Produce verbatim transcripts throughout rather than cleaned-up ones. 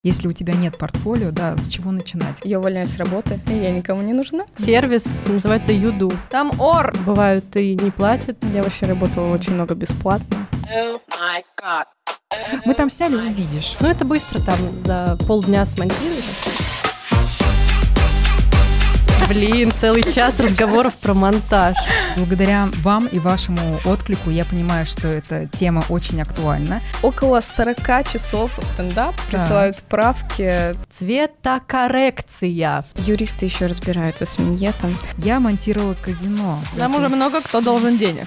Если у тебя нет портфолио, да, с чего начинать? Я увольняюсь с работы, и я никому не нужна. Сервис называется Юду. Там ор! Бывают и не платят. Я вообще работала очень много бесплатно. Oh my God. Мы там сняли, увидишь. Ну, это быстро, там за полдня смонтируешь. Блин, целый час разговоров про монтаж. Благодаря вам и вашему отклику я понимаю, что эта тема очень актуальна. Около сорок часов стендап, присылают правки. Цветокоррекция. Юристы еще разбираются с миньетом. Я монтировала казино. Нам уже много кто должен денег.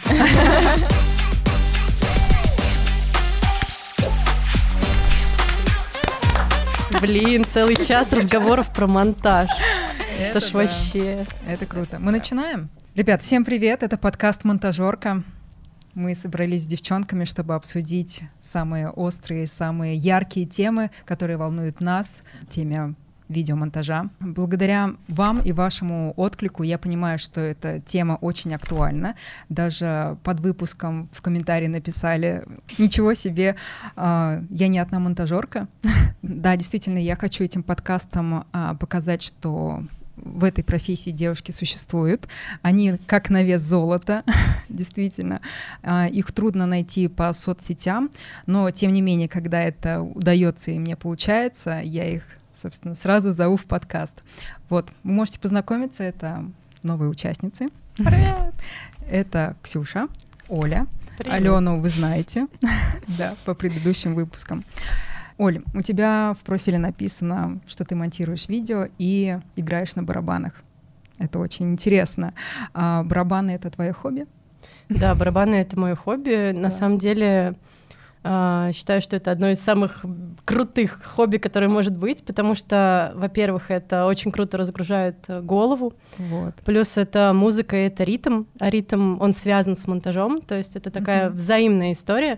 Блин, целый час разговоров про монтаж. Это ж да. вообще... Это круто. Мы начинаем? Ребят, всем привет, это подкаст «Монтажерка». Мы собрались с девчонками, чтобы обсудить самые острые, самые яркие темы, которые волнуют нас в теме видеомонтажа. Благодаря вам и вашему отклику я понимаю, что эта тема очень актуальна. Даже под выпуском в комментарии написали: «Ничего себе, э, я не одна монтажерка». Да, действительно, я хочу этим подкастом э, показать, что в этой профессии девушки существуют. Они как на вес золота, действительно. Э, их трудно найти по соцсетям, но тем не менее, когда это удается и мне получается, я их, собственно, сразу зову в подкаст. Вот, вы можете познакомиться, это новые участницы. Привет! Это Ксюша, Оля. Привет. Алену вы знаете, да, по предыдущим выпускам. Оль, у тебя в профиле написано, что ты монтируешь видео и играешь на барабанах. Это очень интересно. А барабаны — это твое хобби? Да, барабаны — это мое хобби. На самом деле, э, считаю, что это одно из самых крутых хобби, которое может быть, потому что, во-первых, это очень круто разгружает голову. Вот. Плюс это музыка и это ритм. А ритм, он связан с монтажом, то есть это такая mm-hmm. взаимная история.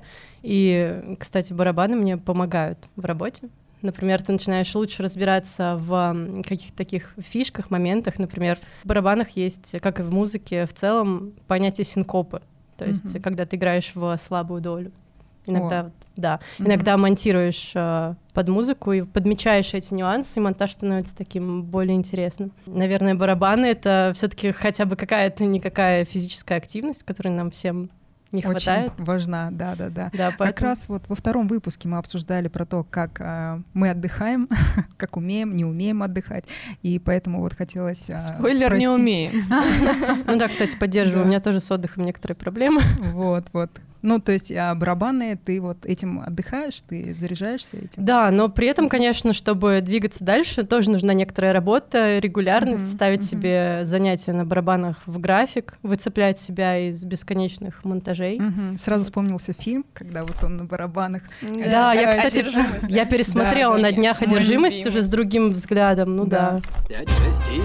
И, кстати, барабаны мне помогают в работе. Например, ты начинаешь лучше разбираться в каких-то таких фишках, моментах. Например, в барабанах есть, как и в музыке, в целом понятие синкопы. То есть, mm-hmm. когда ты играешь в слабую долю. Иногда, oh. да, mm-hmm. иногда монтируешь э, под музыку и подмечаешь эти нюансы, и монтаж становится таким более интересным. Наверное, барабаны — это все-таки хотя бы какая-то никакая физическая активность, которой нам всем не хватает. Очень важна, да-да-да. Да, поэтому... Как раз вот во втором выпуске мы обсуждали про то, как э, мы отдыхаем, как умеем, не умеем отдыхать, и поэтому вот хотелось э, Спойлер, спросить... не умеем. Ну да, кстати, поддерживаю, у меня тоже с отдыхом некоторые проблемы. Вот, вот. Ну, то есть а барабаны, ты вот этим отдыхаешь, ты заряжаешься этим? Да, но при этом, конечно, чтобы двигаться дальше, тоже нужна некоторая работа, регулярность, mm-hmm. ставить mm-hmm. себе занятия на барабанах в график, выцеплять себя из бесконечных монтажей. Mm-hmm. Сразу вспомнился фильм, когда вот он на барабанах. Да, да я, кстати, я пересмотрела да, на «Днях одержимости» уже с другим взглядом, ну да. пять, шесть и...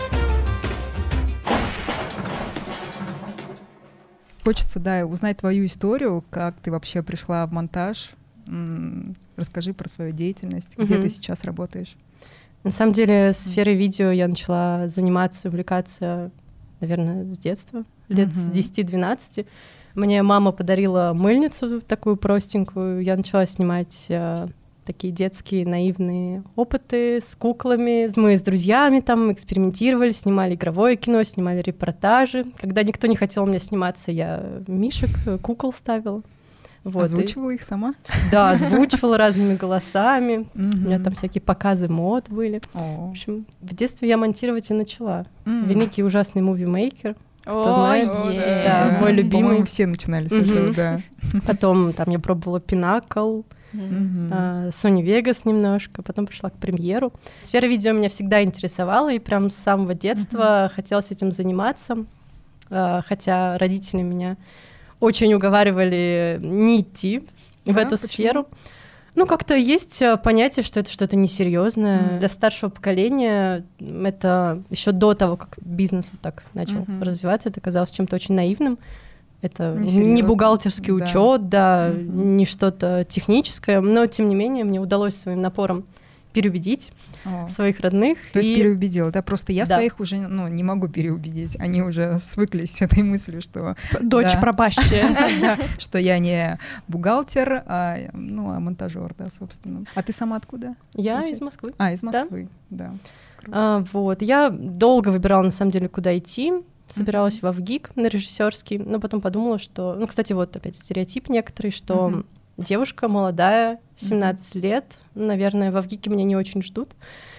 Хочется, да, узнать твою историю, как ты вообще пришла в монтаж. М-м, расскажи про свою деятельность, где mm-hmm. ты сейчас работаешь. На самом деле, сферой видео я начала заниматься, увлекаться, наверное, с детства, лет mm-hmm. с десяти-двенадцати. Мне мама подарила мыльницу такую простенькую, я начала снимать э, такие детские наивные опыты с куклами. Мы с друзьями там экспериментировали, снимали игровое кино, снимали репортажи. Когда никто не хотел у меня сниматься, я мишек, кукол ставила. Вот. Озвучивала и... их сама? Да, озвучивала разными голосами. Mm-hmm. У меня там всякие показы мод были. Oh. В общем, в детстве я монтировать и начала. Mm-hmm. Великий ужасный мувимейкер. Кто oh, знает? Oh, yeah. да. Да, мой любимый. По-моему, все начинали с этого, mm-hmm. да. Потом там я пробовала Pinnacle, Mm-hmm. uh, Sony Vegas немножко, потом пришла к премьеру. Сфера видео меня всегда интересовала, и прям с самого детства mm-hmm. хотелось этим заниматься, uh, хотя родители меня очень уговаривали не идти да, в эту почему? сферу. Ну, как-то есть понятие, что это что-то несерьезное. Mm-hmm. Для старшего поколения это еще до того, как бизнес вот так начал mm-hmm. развиваться, это казалось чем-то очень наивным. Это не бухгалтерский учет, да, да mm-hmm. не что-то техническое, но тем не менее мне удалось своим напором переубедить О. своих родных. То есть и... переубедила, да? Просто я Да. своих уже ну, не могу переубедить. Они уже свыклись с этой мыслью, что... Дочь да. пропащая. Да, что я не бухгалтер, а, ну, а монтажер, да, собственно. А ты сама откуда? Я получается? из Москвы. А, из Да. Москвы, да. Круто. А, вот. Я долго выбирала, на самом деле, куда идти. Собиралась во ВГИК на режиссерский, но потом подумала, что... Ну, кстати, вот опять стереотип некоторый, что Мгм. девушка молодая, семнадцать лет, наверное, во ВГИКе меня не очень ждут.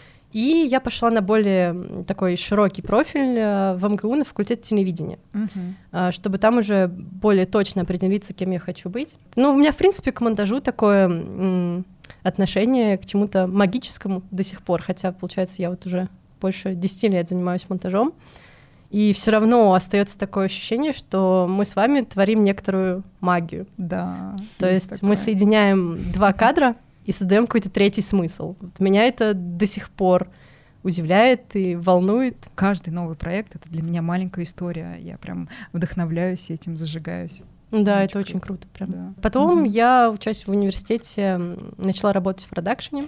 И я пошла на более такой широкий профиль э, в МГУ на факультет телевидения, Мгм. а, чтобы там уже более точно определиться, кем я хочу быть. Ну, у меня, в принципе, к монтажу такое м, отношение к чему-то магическому до сих пор, хотя, получается, я вот уже больше десяти лет занимаюсь монтажом, и все равно остается такое ощущение, что мы с вами творим некоторую магию. Да. То есть мы такое. соединяем два кадра и создаем какой-то третий смысл. Вот меня это до сих пор удивляет и волнует. Каждый новый проект — это для меня маленькая история. Я прям вдохновляюсь этим, зажигаюсь. Да, Очень это очень круто. круто. Прям. Да. Потом Мгм. я, учась в университете, м, начала работать в продакшене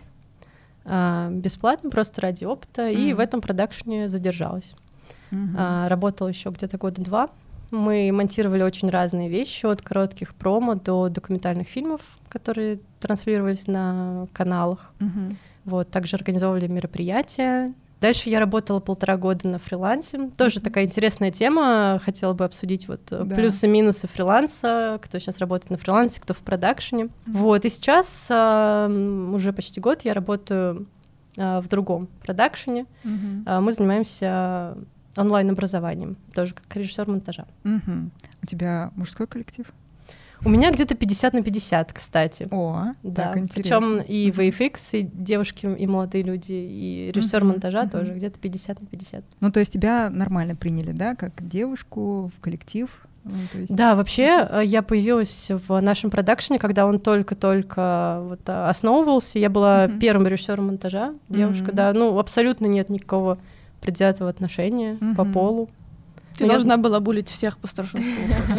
а, бесплатно, просто ради опыта, и Мгм. в этом продакшене задержалась. Мгм. А, работала еще где-то года два. Мы монтировали очень разные вещи, от коротких промо до документальных фильмов, которые транслировались на каналах. Мгм. Вот, также организовывали мероприятия. Дальше я работала полтора года на фрилансе. Тоже Мгм. такая интересная тема. Хотела бы обсудить вот э, Да. плюсы-минусы фриланса, кто сейчас работает на фрилансе, кто в продакшене. Вот, и сейчас а, м, уже почти год я работаю а, в другом продакшене. Мгм. А, мы занимаемся онлайн-образованием, тоже как режиссер монтажа. Мгм. У тебя мужской коллектив? У меня где-то пятьдесят на пятьдесят, кстати. О, Да, так интересно. причем и Мгм. ви эф икс, и девушки, и молодые люди, и режиссер Мгм, монтажа мгм. тоже где-то пятьдесят на пятьдесят. Ну, то есть тебя нормально приняли, да, как девушку в коллектив? Ну, то есть... Да, вообще э, я появилась в нашем продакшене, когда он только-только вот а, основывался. Я была Мгм. первым режиссером монтажа, девушка, Мгм. да. Ну, абсолютно нет никакого предвзятого отношения по Мгм. полу. Ты Ну, я- должна была булить всех по старшинству.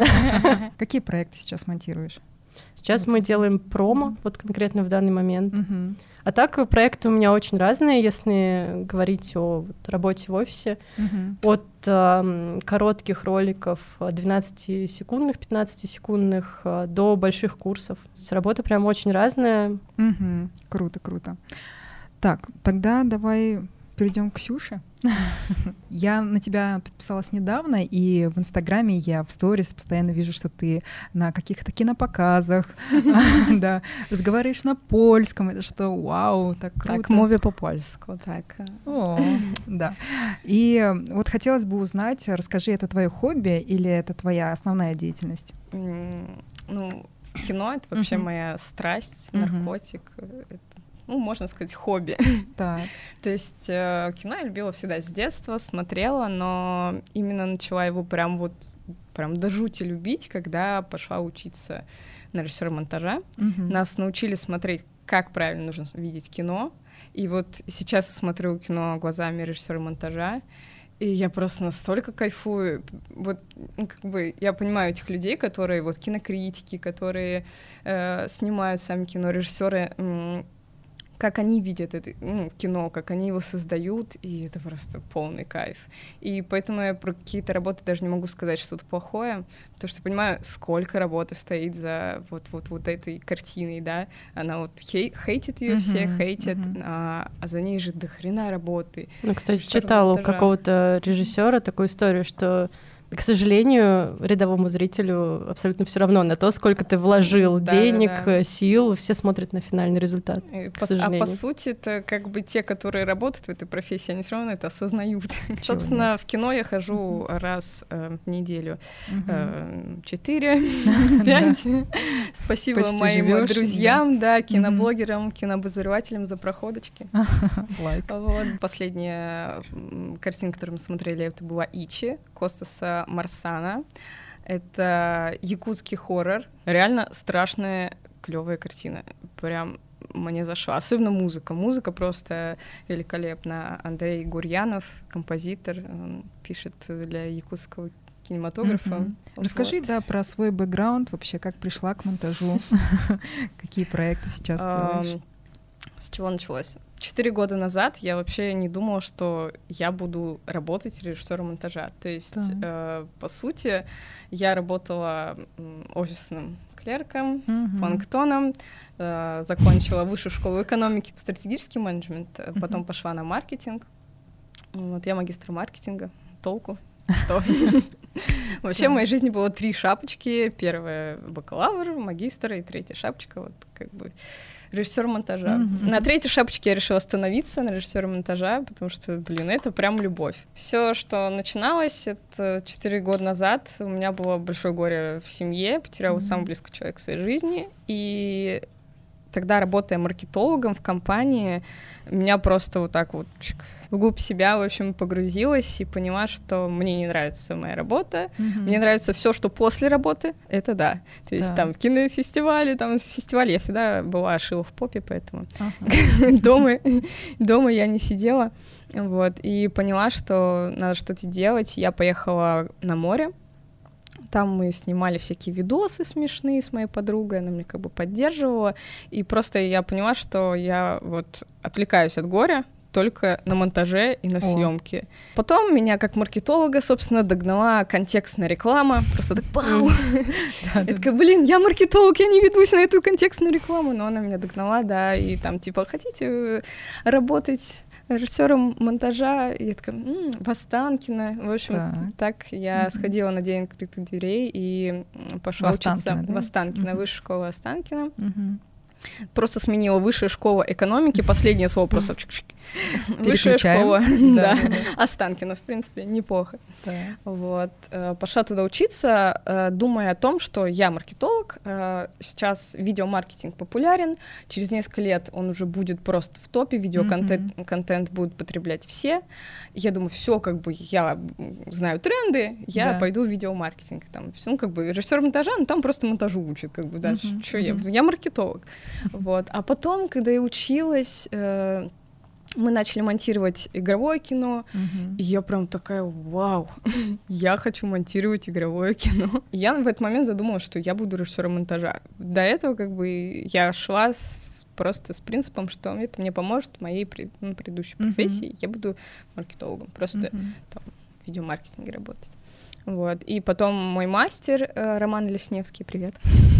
Какие проекты сейчас монтируешь? Сейчас мы делаем промо, вот конкретно в данный момент. Мгм. А так э, проекты у меня очень разные, если говорить о вот, работе в офисе. Мгм. От эм, коротких роликов э, двенадцатисекундных, пятнадцатисекундных э, до больших курсов. То есть работа прям очень разная. Мгм. Круто, круто. Так, тогда давай перейдем к Ксюше. Я на тебя подписалась недавно, и в Инстаграме я в сторис постоянно вижу, что ты на каких-то кинопоказах, да, разговариваешь на польском. Это что, вау, так круто. Так, mówię po polsku, так. О, да. И вот хотелось бы узнать, расскажи, это твое хобби или это твоя основная деятельность? М, Ну, кино — это вообще Мгм. моя страсть, Мгм. наркотик. Это, ну, можно сказать, хобби. Так. То есть э, кино я любила всегда с детства, смотрела, но именно начала его прям вот прям до жути любить, когда пошла учиться на режиссера монтажа. Мгм. Нас научили смотреть, как правильно нужно видеть кино. И вот сейчас я смотрю кино глазами режиссера монтажа, и я просто настолько кайфую. Вот, ну, как бы, я понимаю этих людей, которые вот кинокритики, которые э, снимают сами кино, режиссеры, м, как они видят это ну, кино, как они его создают, и это просто полный кайф. И поэтому я про какие-то работы даже не могу сказать что-то плохое, потому что понимаю, сколько работы стоит за вот, вот, вот этой картиной, да, она вот хей- хейтит ее, все Мгм, хейтят, мгм. а, а за ней же до хрена работы. Ну, кстати, Режиссер читала у монтажа. какого-то режиссера такую историю, что, к сожалению, рядовому зрителю абсолютно все равно на то, сколько ты вложил Да, денег, да, да. э, сил, все смотрят на финальный результат. И к по- а сожалению. по сути, это как бы те, которые работают в этой профессии, они все равно это осознают. Собственно, в кино я хожу раз э, в неделю. Мгм. Э, Четыре, пять. Спасибо Почти моим живёшь, друзьям, да, киноблогерам, кинообозревателям за проходочки. Лайк. Вот. Последняя м, картина, которую мы смотрели, это была «Ичи» Костаса Марсана. Это якутский хоррор. Реально страшная, клевая картина. Прям мне зашла. Особенно музыка. Музыка просто великолепна. Андрей Гурьянов, композитор, он пишет для якутского кинематографа. Мгм. Вот. Расскажи, да, про свой бэкграунд, вообще, как пришла к монтажу, какие проекты сейчас делаешь. Ам, С чего началось? четыре года назад я вообще не думала, что я буду работать режиссером монтажа. То есть, э, по сути, я работала офисным клерком, mm-hmm. планктоном, э, закончила высшую школу экономики, стратегический менеджмент, mm-hmm. потом пошла на маркетинг. Вот я магистр маркетинга. Толку? Что? Вообще в моей жизни было три шапочки. Первая — бакалавр, магистр, и третья шапочка, вот как бы режиссер монтажа. Mm-hmm. На третьей шапочке я решила остановиться, на режиссере монтажа, потому что, блин, это прям любовь. Все, что начиналось, это четыре года назад. У меня было большое горе в семье, потеряла mm-hmm. самый близкий человек в своей жизни, и тогда, работая маркетологом в компании, меня просто вот так вот вглубь себя, в общем, погрузилась и поняла, что мне не нравится моя работа, mm-hmm. мне нравится все, что после работы, это да. То есть да. там кинофестивали, там фестивали, я всегда была шила в попе, поэтому uh-huh. дома, дома я не сидела, вот, и поняла, что надо что-то делать. Я поехала на море. Там мы снимали всякие видосы смешные с моей подругой, она меня как бы поддерживала, и просто я поняла, что я вот отвлекаюсь от горя только на монтаже и на съемке. Потом меня как маркетолога, собственно, догнала контекстная реклама, просто так пау! Я такая, блин, я маркетолог, я не ведусь на эту контекстную рекламу, но она меня догнала, да, и там типа, хотите работать режиссером монтажа, и я такая, м-м, в Останкино. В общем, так, так я mm-hmm. сходила на день открытых дверей и пошла в учиться да? в Останкино, mm-hmm. высшая школа Останкино. Mm-hmm. Просто сменила высшая школа экономики, последнее слово просто высшая школа, да, Останкино, в принципе, неплохо. Вот, пошла туда учиться, думая о том, что я маркетолог, сейчас видеомаркетинг популярен, через несколько лет он уже будет просто в топе, видеоконтент контент будут потреблять все. Я думаю, все, как бы я знаю тренды, я пойду в видеомаркетинг, там, ну, как бы режиссер монтажа, ну, там просто монтажу учат, как бы, да, что я, я маркетолог. Вот. А потом, когда я училась, э, мы начали монтировать игровое кино, uh-huh. и я прям такая, вау, я хочу монтировать игровое кино. И я в этот момент задумалась, что я буду режиссером монтажа. До этого как бы я шла с, просто с принципом, что это мне поможет в моей пред, ну, предыдущей uh-huh. профессии, я буду маркетологом, просто uh-huh. там, в видеомаркетинге работать. Вот. И потом мой мастер Роман Лесневский, привет,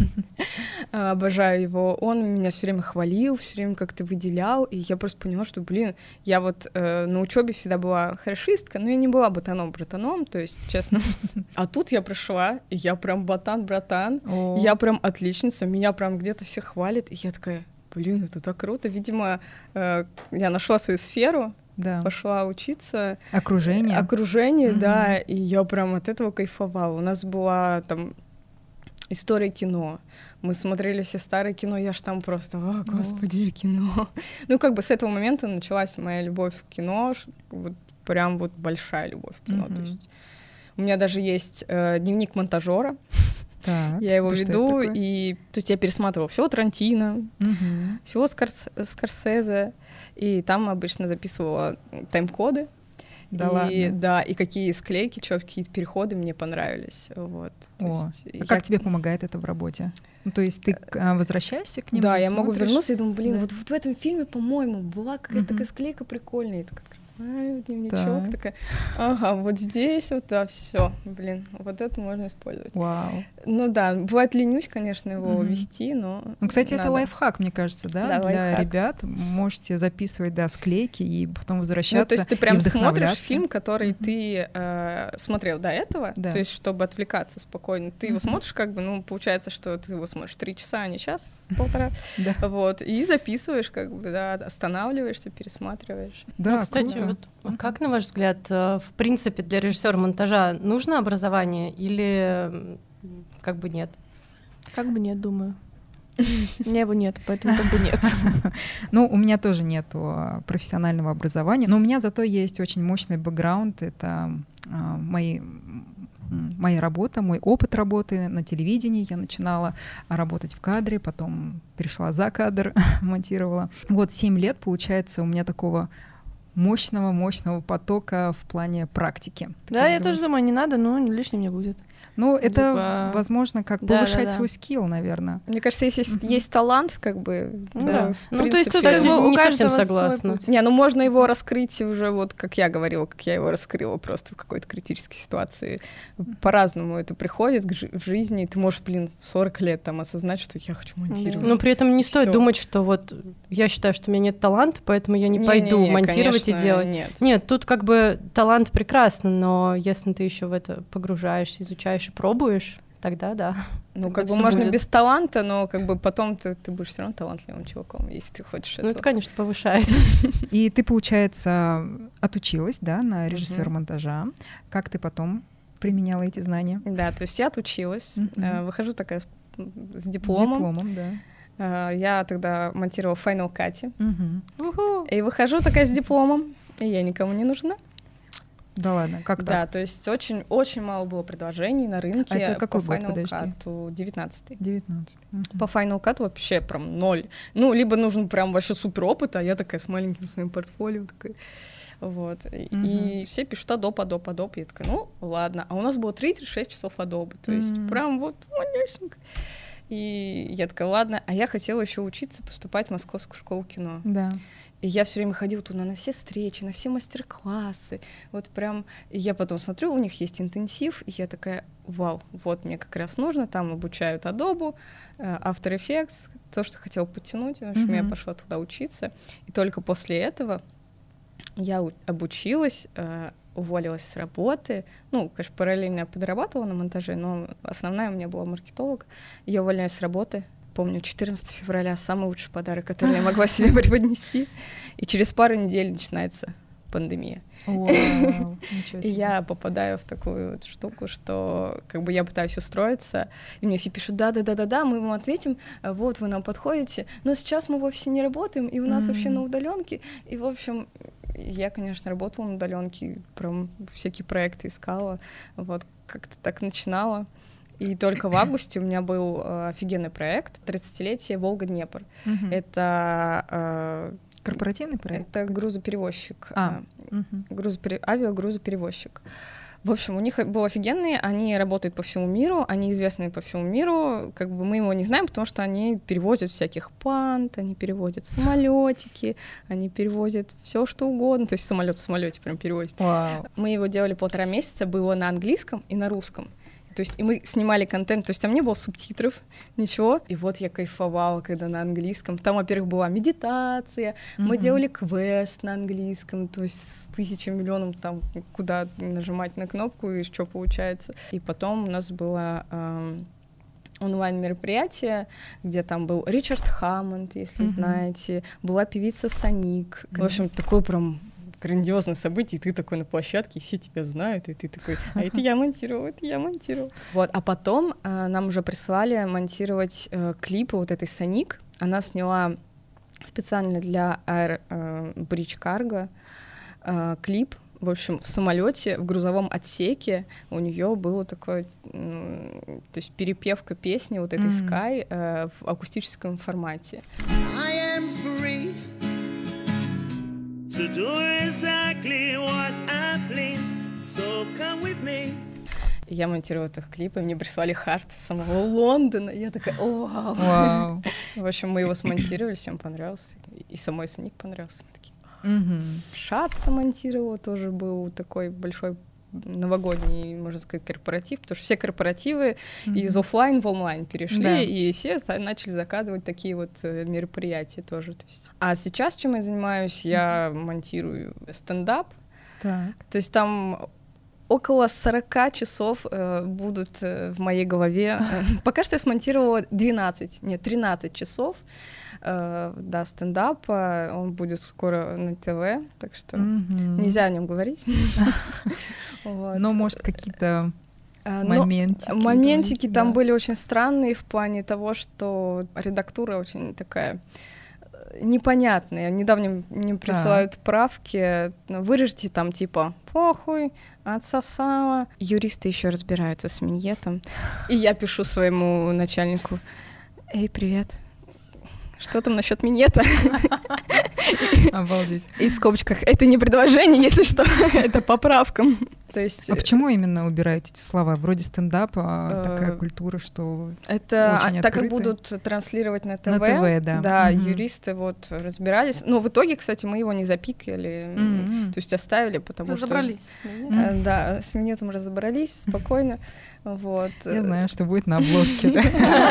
обожаю его, он меня все время хвалил, все время как-то выделял, и я просто поняла, что, блин, я вот э, на учебе всегда была хорошистка, но я не была ботаном-братаном, то есть, честно. А тут я пришла, и я прям ботан-братан, я прям отличница, меня прям где-то все хвалят, и я такая, блин, это так круто, видимо, э, я нашла свою сферу, да. Пошла учиться. Окружение. Окружение, mm-hmm. да, и я прям от этого кайфовала. У нас была там история кино. Мы смотрели все старые кино, я ж там просто, о, господи, кино. Ну, как бы с этого момента началась моя любовь к кино, вот прям вот большая любовь к кино. Mm-hmm. То есть у меня даже есть э, дневник монтажера. Так, я его веду, и то есть я пересматривала все Тарантино, угу. всего Скорс... Скорсезе, и там обычно записывала тайм-коды. Да, и, ладно? Да, и какие склейки, что какие-то переходы мне понравились. Вот, то О, есть а я... как тебе помогает это в работе? Ну, то есть ты возвращаешься к нему? Да, я смотришь? могу вернуться и думаю, блин, да. вот, вот в этом фильме, по-моему, была какая-то угу. такая склейка прикольная. И такая, а, дневничок, так. такая, ага, вот здесь вот, да, все, блин, вот это можно использовать. Вау. Ну да, бывает ленюсь, конечно, его mm-hmm. вести, но Ну, кстати, надо. Это лайфхак, мне кажется, да, да для лайфхак. Ребят. Можете записывать, да, склейки и потом возвращаться. Ну, то есть ты прям смотришь фильм, который mm-hmm. ты э, смотрел до этого, да. то есть чтобы отвлекаться спокойно. Ты mm-hmm. его смотришь, как бы, ну, получается, что ты его смотришь три часа, а не час, полтора, вот, и записываешь, как бы, да, останавливаешься, пересматриваешь. Да, кстати, вот как, на ваш взгляд, в принципе, для режиссера монтажа нужно образование или как бы нет? Как бы нет, думаю. У меня его нет, поэтому как бы нет. Ну, у меня тоже нет профессионального образования, но у меня зато есть очень мощный бэкграунд. Это мои моя работа, мой опыт работы на телевидении. Я начинала работать в кадре, потом перешла за кадр, монтировала. Вот семь лет, получается, у меня такого мощного-мощного потока в плане практики. Да, я тоже думаю, не надо, но лишним не будет. Ну, это, Либо- возможно, как Да, повышать да, да. свой скилл, наверное. Мне кажется, если есть, Мгм. есть талант, как бы... Ну да, да. в Ну, то есть тут принципе, как бы у не каждого совсем свой согласна. Не, ну можно его раскрыть уже вот, как я говорила, как я его раскрыла просто в какой-то критической ситуации. По-разному это приходит к жи- в жизни, и ты можешь, блин, в сорок лет там осознать, что я хочу монтировать. Но при этом не стоит Всё. думать, что вот я считаю, что у меня нет таланта, поэтому я не, пойду Не-не-не, монтировать конечно, и делать. Нет. Нет, тут как бы талант прекрасно, но если ты еще в это погружаешься, изучаешь и пробуешь, тогда да. Ну, Тогда как бы всё можно будет. без таланта, но как бы потом ты, ты будешь все равно талантливым чуваком, если ты хочешь Ну, этого. это, конечно, повышает. И ты, получается, отучилась, да, на режиссера монтажа. Как ты потом применяла эти знания? Да, то есть я отучилась, Мгм. э, выхожу такая с, с С дипломом. дипломом, да. Э, я тогда монтировала в Final Cut. Мгм. И выхожу такая с дипломом, и я никому не нужна. Да ладно, как Да, так? то есть очень-очень мало было предложений на рынке. А это какой по год, Final подожди? Cut девятнадцатый. девятнадцать. Мгм. По Final Cut вообще прям ноль. Ну, либо нужен прям вообще супер опыт, а я такая с маленьким своим портфолио такая. Вот. И- Мгм. И все пишут Adobe, Adobe, Adobe. Я такая, ну, ладно. А у нас было тридцать шесть часов Adobe. То есть М. прям вот малюсенько. И я такая, ладно. А я хотела еще учиться, поступать в Московскую школу кино. Да. И я все время ходила туда на все встречи, на все мастер-классы. Вот прям. И я потом смотрю, у них есть интенсив, и я такая, вау, вот мне как раз нужно. Там обучают Adobe, э, After Effects, то, что хотела подтянуть. В общем, я Мгм. пошла туда учиться. И только после этого я у- обучилась, э, уволилась с работы. Ну, конечно, параллельно я подрабатывала на монтаже, но основная у меня была маркетолог. Я увольняюсь с работы. Помню, четырнадцатого февраля — самый лучший подарок, который я могла себе преподнести. И через пару недель начинается пандемия. Вау, ничего И себе. я попадаю в такую вот штуку, что как бы я пытаюсь устроиться, и мне все пишут: да-да-да-да-да, мы вам ответим, а вот вы нам подходите, но сейчас мы в офисе не работаем, и у нас М. вообще на удаленке. И, в общем, я, конечно, работала на удаленке, прям всякие проекты искала, вот как-то так начинала. И только в августе у меня был э, офигенный проект тридцатилетие Волга-Днепр. Мгм. Это, э, Корпоративный проект? это грузоперевозчик. А. э, Мгм. грузопере... авиагрузоперевозчик. В общем, у них был офигенный, они работают по всему миру, они известны по всему миру, как бы мы его не знаем, потому что они перевозят всяких панд, они перевозят самолетики, они перевозят все что угодно, то есть самолет в самолете прям перевозят. Вау. Мы его делали полтора месяца, было на английском и на русском. То есть и мы снимали контент, то есть там не было субтитров, ничего. И вот я кайфовала, когда на английском. Там, во-первых, была медитация, мы Мгм. делали квест на английском, то есть с тысячей миллионом там, куда нажимать на кнопку и что получается. И потом у нас было эм, онлайн-мероприятие, где там был Ричард Хаммонд, если Мгм. знаете, была певица Соник. В общем, такое прям грандиозное событие, и ты такой на площадке, и все тебя знают, и ты такой, а это я монтировал, это я монтировал. Вот, а потом э, нам уже прислали монтировать э, клипы вот этой Соник. Она сняла специально для Air э, Bridge Cargo э, клип. В общем, в самолете, в грузовом отсеке у нее было такое, м, то есть перепевка песни вот этой Мгм. Sky э, в акустическом формате. I am free to do exactly what I please. So come with me. И я монтировала их клипы, мне прислали хард из самого Лондона. И я такая, вау. Вау. В общем, мы его смонтировали, всем понравился. И самой Соник понравился. Мы такие, Мгм. Шат смонтировала, тоже был такой большой новогодний, можно сказать, корпоратив, потому что все корпоративы Мгм. из офлайн в онлайн перешли, Да. и все за- начали заказывать такие вот э, мероприятия тоже. То есть. А сейчас чем я занимаюсь? Я монтирую стендап, Так. то есть там около сорока часов э, будут э, в моей голове. Э, Пока что я смонтировала двенадцать, нет, тринадцать часов, э, да, стендапа. Он будет скоро на ТВ, так что Мгм. нельзя о нем говорить. Вот. Но, может, какие-то А, но моментики. моментики да. там были очень странные в плане того, что редактура очень такая э, непонятная. Недавно мне присылают правки, ну, вырежьте там типа похуй, отсосала. Юристы еще разбираются с миньетом. И я пишу своему начальнику: эй, привет, что там насчет миньета? Обалдеть. И в скобочках: это не предложение, если что, это поправкам. То есть... А почему именно убираете эти слова? Вроде стендапа, Э, такая культура, что... Это Очень а, так как открыто. будут транслировать на ТВ, На ТВ, да. да, Мгм. юристы вот разбирались. Но в итоге, кстати, мы его не запикали, М-м. то есть оставили, потому Разобрались. что... э, Да, с минетом разобрались спокойно. Вот. Я знаю, что будет на обложке. да.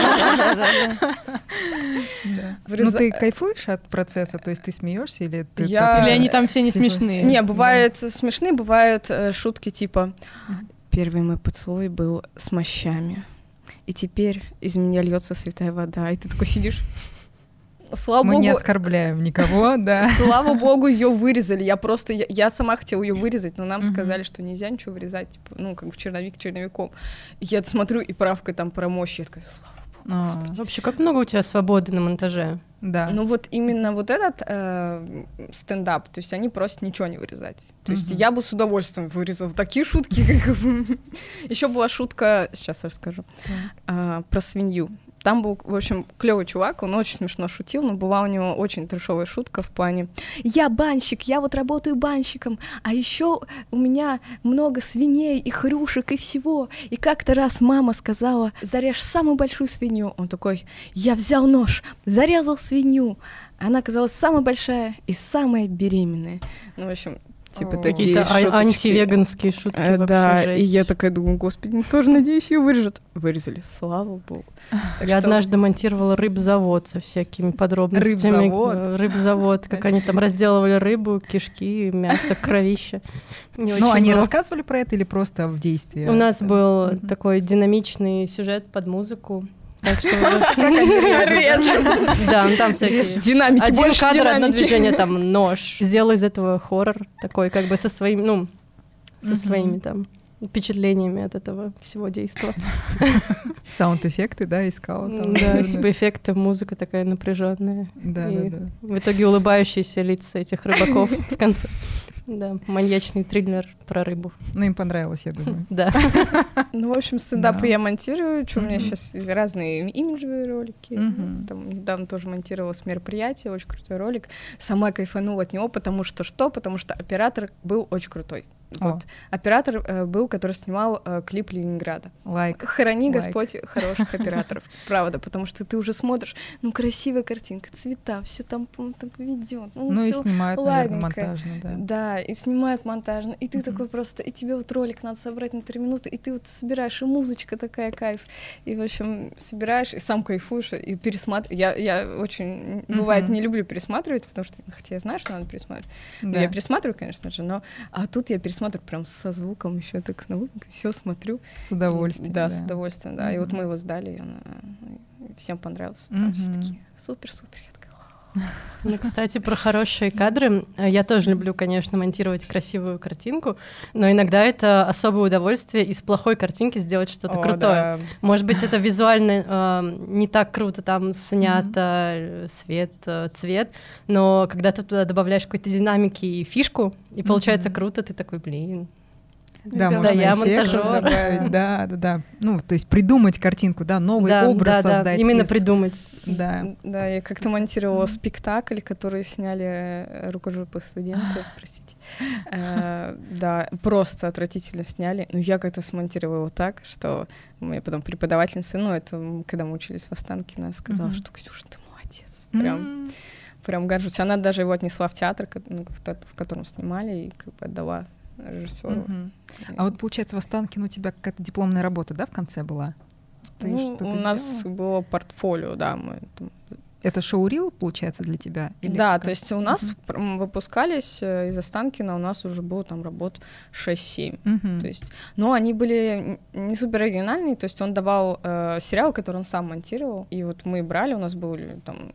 Да. Ну Выреза- ты кайфуешь от процесса? То есть ты смеешься или ты... Я- так Или уже- они там все не Типа, смешные? Не, бывают смешные, бывают э, шутки типа Мгм. «Первый мой поцелуй был с мощами, и теперь из меня льется святая вода». И ты такой сидишь. Слава Мы не богу, оскорбляем никого, да. слава богу, ее вырезали. Я просто, я, я сама хотела ее вырезать, но нам Мгм. сказали, что нельзя ничего вырезать, типа, ну, как бы черновик черновиком. И я смотрю, и правка там про мощь. Я такая, слава богу. А, Вообще, как много у тебя свободы на монтаже? Да. Ну вот именно вот этот э, стендап, то есть они просят ничего не вырезать. То есть Мгм. я бы с удовольствием вырезала такие шутки. Еще была шутка, сейчас расскажу, а, про свинью. Там был, в общем, клевый чувак, он очень смешно шутил, но была у него очень трешовая шутка в плане «Я банщик, я вот работаю банщиком, а еще у меня много свиней и хрюшек и всего. И как-то раз мама сказала, зарежь самую большую свинью». Он такой «Я взял нож, зарезал свинью». Она оказалась самая большая и самая беременная. Ну, в общем, типа О. такие Какие-то а- шуточки. антивеганские шутки Э, вообще Да, жесть. и я такая думаю, господи, тоже надеюсь, ее вырежут. Вырезали, слава богу. Так Я что- однажды монтировала рыбзавод со всякими подробностями. Рыбзавод? Э, Рыбзавод, как они там разделывали рыбу, кишки, мясо, кровище. Не Ну, очень они было. рассказывали про это или просто в действии? У нас был Мгм. такой динамичный сюжет под музыку. Так что Режут. да, ну там всякие. Динамики, Один больше кадр, одно динамики. движение, там нож. Сделал из этого хоррор такой, как бы со своим, ну, со Мгм. своими там впечатлениями от этого всего действа. Саунд-эффекты, да, искала там. Да, типа эффекты, музыка такая напряженная. Да, и да, да. В итоге улыбающиеся лица этих рыбаков в конце. Да, маньячный триллер про рыбу. Ну, им понравилось, я думаю. Да. Ну, в общем, стендапы Да. я монтирую, что у меня Мгм. сейчас разные имиджевые ролики. Мгм. Там недавно тоже монтировала с мероприятия, очень крутой ролик. Сама кайфанула от него, потому что что? Потому что оператор был очень крутой. О. Вот. Оператор э, был, который снимал э, клип Ленинграда. Лайк. Храни Лайк. Господь хороших операторов, правда, потому что ты уже смотришь, ну, красивая картинка, цвета, все там м, так ведет. Ну и всё снимают, наверное, ладненько. монтажно, да. Да, и снимают монтажно, и ты Мгм. такой просто, и тебе вот ролик надо собрать на три минуты, и ты вот собираешь, и музычка такая кайф, и, в общем, собираешь, и сам кайфуешь, и пересматриваешь. Я, я очень, бывает, Мгм. не люблю пересматривать, потому что, хотя я знаю, что надо пересматривать, Да. я пересматриваю, конечно же, но а тут я пересматриваю прям со звуком еще так новенько, все смотрю. С удовольствием. Да, с удовольствием, да. И вот Мгм. мы его сдали, и он, э, всем понравился. Мгм. Прям все такие супер-супер. Я такая, «Вау». Ну, кстати, про хорошие кадры. Э, Я тоже люблю, конечно, монтировать красивую картинку, но иногда это особое удовольствие из плохой картинки сделать что-то О, крутое. да. Может быть, это визуально э, не так круто там снято, э, свет, э, цвет, но когда ты туда добавляешь какой-то динамики и фишку, и получается Мгм. круто, ты такой, блин. Да, Да, можно я эффектов монтажёр. добавить, да, да, да. Ну, то есть придумать картинку, да, новый да, образ да, да, создать. именно из- придумать. Да. Да, я как-то монтировала Мгм. спектакль, который сняли э, рукожопые студенты, простите. Э, Да, просто отвратительно сняли. Но я как-то смонтировала его так, что мне потом преподавательница, ну, это м, когда мы учились в Останкино, сказала, Мгм. что Ксюша, ты молодец. Прям, М. прям горжусь. Она даже его отнесла в театр, ко- ну, в тот- в котором снимали, и как бы отдала режиссеру. Мгм. А вот, получается, в Останкино у тебя какая-то дипломная работа, да, в конце была? Ты Ну, что-то у нас делала? было портфолио, да, мы там. Это шоурил, получается, для тебя? Или Да, как? то есть у нас Мгм. пр- м, выпускались э, из Останкино, у нас уже было там работ шесть-семь. Мгм. То есть, но они были н- не супер оригинальные, то есть он давал э, сериал, который он сам монтировал, и вот мы брали, у нас были там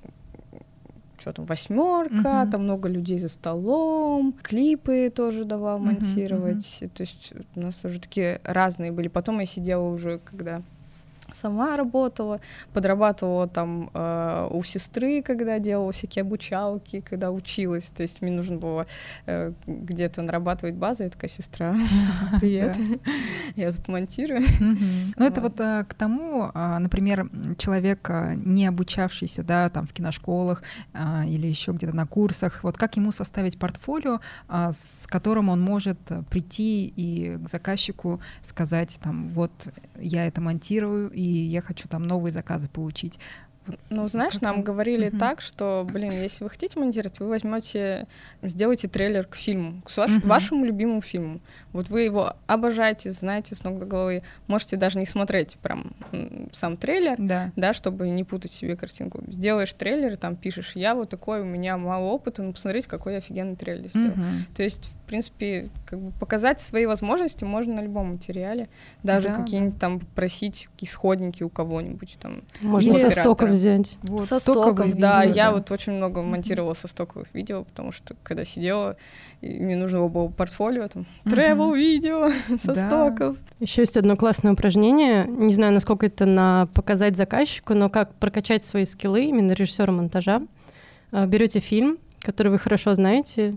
что там, восьмерка, Мгм. там много людей за столом, клипы тоже давал Мгм, монтировать, то есть у нас уже такие разные были. Потом я сидела уже, когда сама работала, подрабатывала там э, у сестры, когда делала всякие обучалки, когда училась. То есть мне нужно было э, где-то нарабатывать базу. Я такая: сестра, привет, я тут монтирую. Ну это вот а, к тому, а, например, человек, а, не обучавшийся, да, там в киношколах а, или еще где-то на курсах, вот как ему составить портфолио, а, с которым он может прийти и к заказчику сказать, там, вот я это монтирую, и я хочу там новые заказы получить. Ну, знаешь, Как нам там? говорили Мгм. так, что, блин, если вы хотите монтировать, вы возьмете, сделайте трейлер к фильму, к ваш- Мгм. вашему любимому фильму. Вот вы его обожаете, знаете с ног до головы, можете даже не смотреть прям м, сам трейлер, Да. да, чтобы не путать себе картинку. Делаешь трейлер, там пишешь: я вот такой, у меня мало опыта, ну посмотрите, какой я офигенный трейлер сделал. Мгм. То есть, в принципе, как бы показать свои возможности можно на любом материале, даже Да, какие-нибудь там просить исходники у кого-нибудь там. Можно Или со оператора. стоков взять. Вот, Со стоковые стоков, Да, видео, я вот очень много монтировала со стоковых видео, потому что когда сидела, и мне нужно было портфолио, там, Мгм. travel видео со Да. стоков. Еще есть одно классное упражнение. Не знаю, насколько это на показать заказчику, но как прокачать свои скиллы именно режиссера монтажа. А, Берете фильм, который вы хорошо знаете,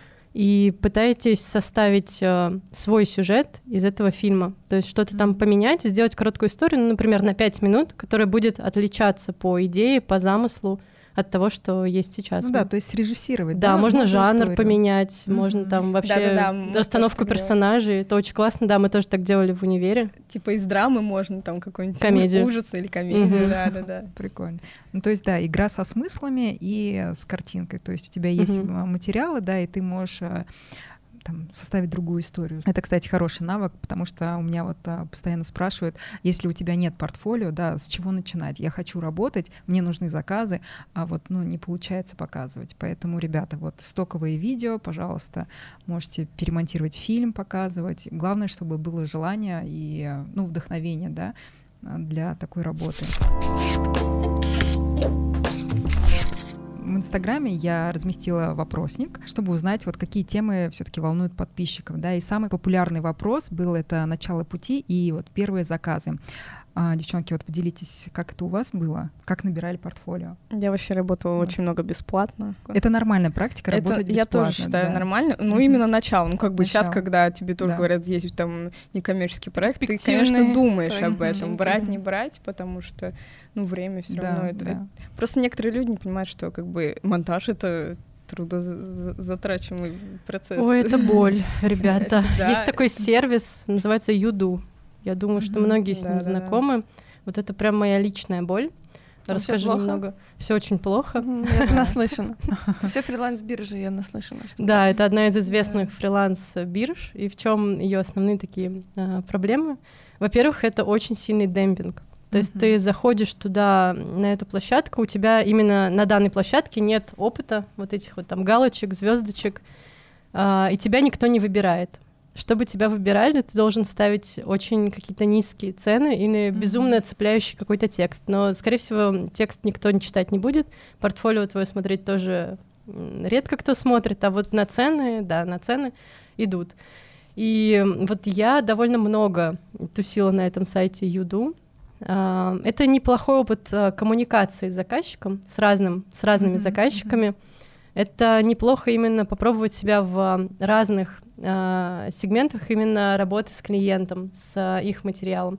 и пытаетесь составить э, свой сюжет из этого фильма. То есть что-то там Мгм. поменять, сделать короткую историю, ну, например, на пять минут, которая будет отличаться по идее, по замыслу от того, что есть сейчас. Ну да, то есть срежиссировать. Да, можно новую жанр историю. поменять, Мгм. можно там вообще Да-да-да, мы тоже расстановку так делаем. персонажей. Это очень классно, да, мы тоже так делали в универе. Типа из драмы можно там какой-нибудь Комедию. ужас или комедию, Мгм. да-да-да. Прикольно. Ну, то есть, да, игра со смыслами и с картинкой. То есть у тебя есть Мгм. м- материалы, да, и ты можешь а, там, составить другую историю. Это, кстати, хороший навык, потому что у меня вот а, постоянно спрашивают, если у тебя нет портфолио, да, с чего начинать? Я хочу работать, мне нужны заказы, а вот, ну, не получается показывать. Поэтому, ребята, вот стоковые видео, пожалуйста, можете перемонтировать фильм, показывать. Главное, чтобы было желание и, а, ну, вдохновение, да, а, для такой работы. В Инстаграме я разместила вопросник, чтобы узнать, вот какие темы все-таки волнуют подписчиков, да, и самый популярный вопрос был это начало пути и вот первые заказы. А, девчонки, вот поделитесь, как это у вас было, как набирали портфолио? Я вообще работала Вот. очень много бесплатно. Это нормальная практика, Это работать я бесплатно. тоже считаю да. нормально. Ну, Мгм. именно начало. Ну, как бы сейчас, Начало. когда тебе тоже Да. говорят, есть там некоммерческий проект, ты, Перспективные конечно, думаешь об проекты. этом, брать, не брать, потому что, ну, время все Да, равно. Это, да. это- Просто некоторые люди не понимают, что как бы монтаж — это трудозатрачиваемый процесс. Ой, это боль, ребята. Да. Есть такой сервис, называется Юду. Я думаю, что Мгм. многие с ним Да-да-да. знакомы. Вот это прям моя личная боль. Там всё Расскажи плохо? немного. Все очень плохо. Мгм, Я наслышана. Все фриланс-биржи я наслышана. что- Да, это одна из известных фриланс-бирж. И в чем ее основные такие а, проблемы? Во-первых, это очень сильный демпинг. То есть Мгм. ты заходишь туда, на эту площадку, у тебя именно на данной площадке нет опыта, вот этих вот там галочек, звездочек, а, и тебя никто не выбирает. Чтобы тебя выбирали, ты должен ставить очень какие-то низкие цены или Мгм. безумно цепляющий какой-то текст. Но, скорее всего, текст никто не читать не будет, портфолио твое смотреть тоже м, редко кто смотрит, а вот на цены, да, на цены идут. И вот я довольно много тусила на этом сайте Юду. А, Это неплохой опыт а, коммуникации с заказчиком, с, разным, с разными Мгм, заказчиками. Это неплохо именно попробовать себя в разных а, сегментах именно работы с клиентом, с а, их материалом.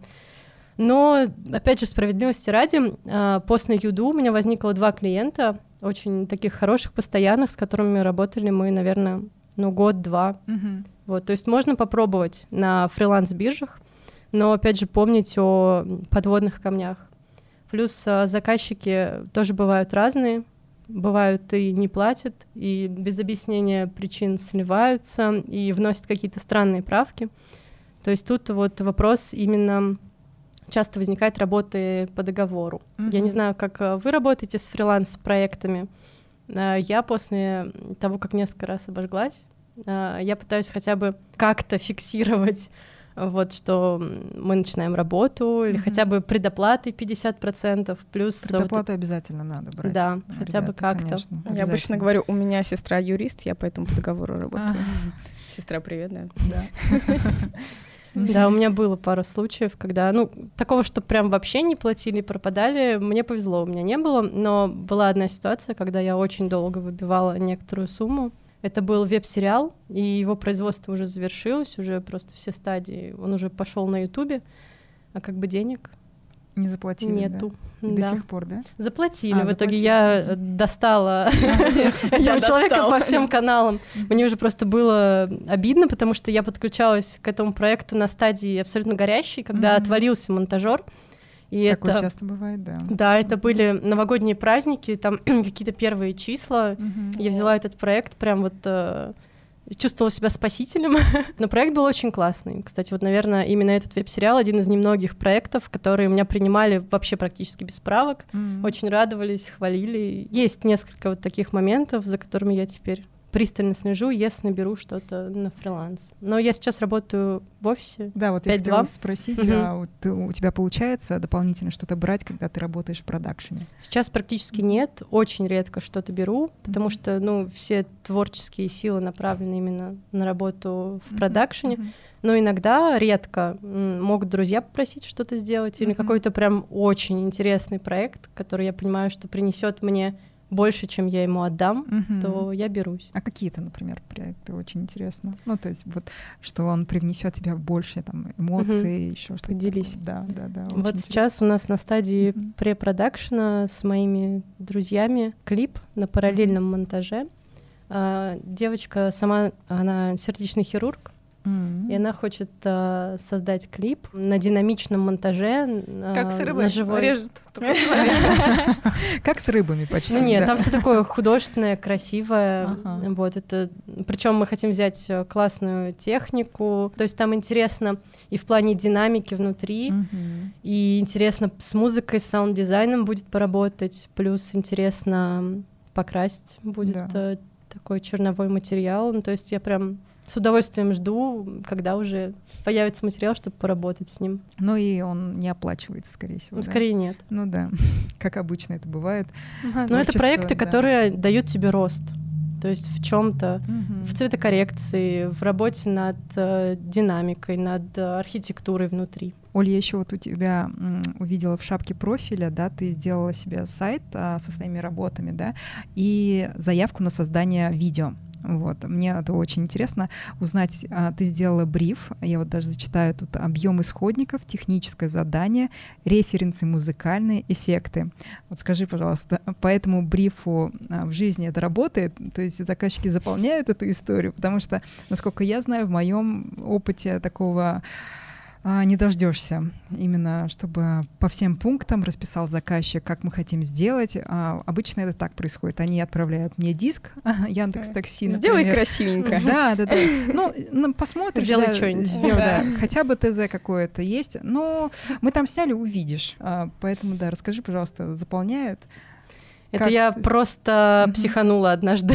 Но, опять же, справедливости ради, а, после Юду у меня возникло два клиента, очень таких хороших, постоянных, с которыми работали мы, наверное, ну, год-два. Мгм. Вот, то есть можно попробовать на фриланс-биржах, но, опять же, помнить о подводных камнях. Плюс а, заказчики тоже бывают разные. Бывают и не платят, и без объяснения причин сливаются, и вносят какие-то странные правки. То есть тут вот вопрос именно часто возникает работы по договору. Я не Мгм. знаю, как а, вы работаете с фриланс-проектами. А, Я после того, как несколько раз обожглась, а, я пытаюсь хотя бы как-то фиксировать, вот, что мы начинаем работу, или Мгм. хотя бы предоплаты пятьдесят процентов, плюс... вот Предоплату обязательно надо брать. Да, э, хотя бы ребята, как-то. конечно, Я обычно обязательно. говорю, у меня сестра юрист, я поэтому по договору работаю. Ага. Сестра, привет, да. Да. Да, у меня было пару случаев, когда, ну, такого, что прям вообще не платили, пропадали, мне повезло, у меня не было, но была одна ситуация, когда я очень долго выбивала некоторую сумму. Это был веб-сериал, и его производство уже завершилось, уже просто все стадии, он уже пошел на Ютубе, а как бы денег Не заплатили, нету. да? И Да. до сих пор, да? Заплатили. А, в итоге заплатили. я достала этого человека по всем каналам. Мне уже просто было обидно, потому что я подключалась к этому проекту на стадии абсолютно горящей, когда Мгм. отвалился монтажер. И Такое это... часто бывает, да. Да, это были новогодние праздники, там какие-то первые числа. Мгм. Я взяла этот проект, прям вот э, чувствовала себя спасителем. Но проект был очень классный. Кстати, вот, наверное, именно этот веб-сериал один из немногих проектов, которые меня принимали вообще практически без справок. Мгм. Очень радовались, хвалили. Есть несколько вот таких моментов, за которыми я теперь пристально слежу, если наберу что-то на фриланс. Но я сейчас работаю в офисе. Да, вот я пять хотела два. спросить, Мгм. а вот ты- у тебя получается дополнительно что-то брать, когда ты работаешь в продакшене? Сейчас практически нет, очень редко что-то беру, потому Мгм. что, ну, все творческие силы направлены именно на работу в Мгм. продакшене. Мгм. Но иногда, редко, м, могут друзья попросить что-то сделать, или Мгм. какой-то прям очень интересный проект, который я понимаю, что принесет мне больше, чем я ему отдам, Мгм. то я берусь. А какие-то, например, проекты очень интересно? Ну, то есть вот, что он привнесет тебе больше там эмоций, еще что-то. Поделись. такое. Да, да, да. очень Вот интересно. сейчас у нас на стадии Мгм. препродакшена с моими друзьями клип на параллельном монтаже. А, Девочка сама, она сердечный хирург, М. и она хочет а, создать клип на динамичном монтаже. а, Как с рыбой на живой... режет. только человек. Как с рыбами почти. Ну нет, да. там все такое художественное, красивое. Ага. Вот это. Причем мы хотим взять э, классную технику. То есть там интересно и в плане динамики внутри, Мгм. и интересно с музыкой, с саунд-дизайном будет поработать. Плюс интересно покрасить будет Да. э, такой черновой материал. Ну, то есть я прям с удовольствием жду, когда уже появится материал, чтобы поработать с ним. Ну и он не оплачивается, скорее всего. Ну, да? скорее нет. Ну да, как обычно это бывает. Но это Творчество, проекты, да. которые дают тебе рост. То есть в чем-то, Мгм. в цветокоррекции, в работе над э, динамикой, над э, архитектурой внутри. Оль, я еще вот у тебя м, увидела в шапке профиля, да, ты сделала себе сайт а, со своими работами, да, и заявку на создание видео. Вот. Мне это очень интересно узнать. а, Ты сделала бриф, я вот даже зачитаю тут: объем исходников, техническое задание, референсы, музыкальные эффекты. Вот скажи, пожалуйста, по этому брифу а, в жизни это работает? То есть заказчики заполняют эту историю? Потому что, насколько я знаю, в моем опыте такого а, не дождешься. Именно чтобы по всем пунктам расписал заказчик, как мы хотим сделать. А, обычно это так происходит. Они отправляют мне диск Яндекс.Такси, Сделай например. красивенько. Да, да, да. Ну, ну, посмотришь. Сделай да, что-нибудь. сделай, Да. да. Хотя бы ТЗ какое-то есть. Но мы там сняли, увидишь. А, поэтому, да, расскажи, пожалуйста, заполняют? Это Как я ты- просто Мгм. психанула однажды.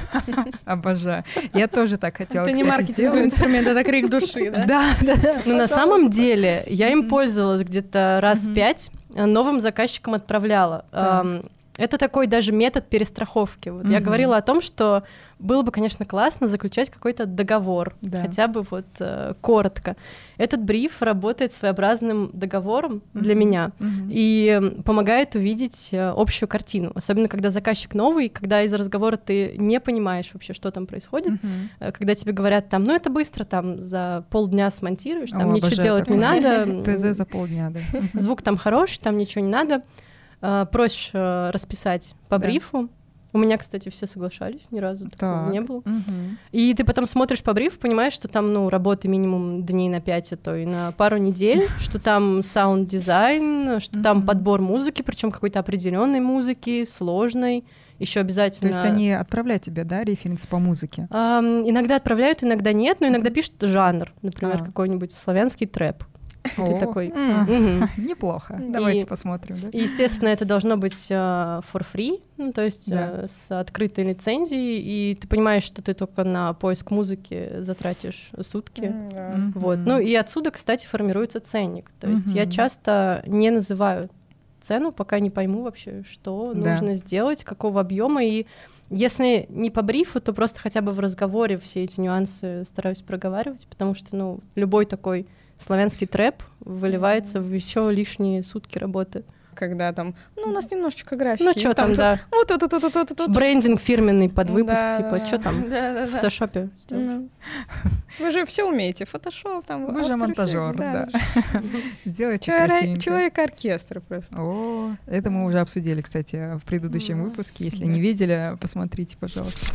Обожаю. Я тоже так хотела, Это не кстати, маркетинговый сделать. инструмент, это крик души, да? Да, да, да. Ну, на самом деле, я им пользовалась где-то раз Мгм. пять, э, новым заказчикам отправляла. Так. Ам, Это такой даже метод перестраховки. Вот я Мгм. говорила о том, что было бы, конечно, классно заключать какой-то договор, Да. хотя бы вот э, коротко. Этот бриф работает своеобразным договором для Мгм. меня Мгм. и м, помогает увидеть э, общую картину. Особенно, когда заказчик новый, когда из разговора ты не понимаешь вообще, что там происходит. Мгм. Э, Когда тебе говорят, там, ну это быстро, там за полдня смонтируешь, там О, ничего обожаю делать не такое. надо, м, ТЗ за полдня, да. звук там хороший, там ничего не надо, Э, проще э, расписать по Да. брифу. У меня, кстати, все соглашались, ни разу такого Так. не было. Мгм. И ты потом смотришь по брифу, понимаешь, что там, ну, работы минимум дней на пять, а то и на пару недель, что там саунд-дизайн, что там Мгм. подбор музыки, причем какой-то определенной музыки, сложной, еще То обязательно. есть они отправляют тебе, да, референс по музыке? Ам, иногда отправляют, иногда нет, но иногда пишут жанр, например, А. какой-нибудь славянский трэп. Ты О, такой. м, Мгм. Неплохо. И- Давайте посмотрим, да? И, естественно, это должно быть э, for free, ну, то есть Да. э, с открытой лицензией, и ты понимаешь, что ты только на поиск музыки затратишь сутки. Мгм. Вот. Ну и отсюда, кстати, формируется ценник. То есть я Мгм. часто не называю цену, пока не пойму вообще, что Да. нужно сделать, какого объема. И если не по брифу, то просто хотя бы в разговоре все эти нюансы стараюсь проговаривать, потому что, ну, любой такой славянский трэп выливается в еще лишние сутки работы. Когда там, ну, у нас немножечко графики. Ну, что там, да. Вот, вот, вот, вот, вот, вот. Брендинг фирменный под выпуск, Да, типа, да, что там в Да-да-да. фотошопе сделать? Ну, Вы же все умеете, фотошоп, там, Вы же After монтажер, Effects, да. Сделайте Человек, красивенько. человек-оркестр просто. О, это мы уже обсудили, кстати, в предыдущем Мгм. выпуске. Если не видели, посмотрите, пожалуйста.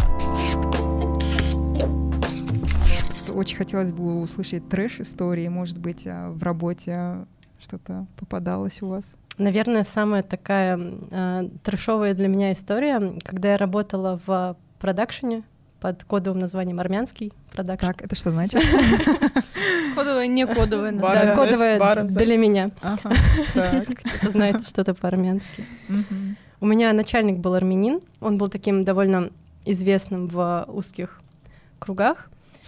Очень хотелось бы услышать трэш-истории, может быть, а, в работе что-то попадалось у вас? Наверное, самая такая э, трэшовая для меня история, когда я работала в продакшене под кодовым названием «Армянский продакшн». Так, это что значит? Кодовое, не кодовое. Бар. Да, Баров кодовое здесь, баров для здесь. меня. Ага, так. Кто-то знает что-то по-армянски. Мгм. У меня начальник был армянин, он был таким довольно известным в узких кругах,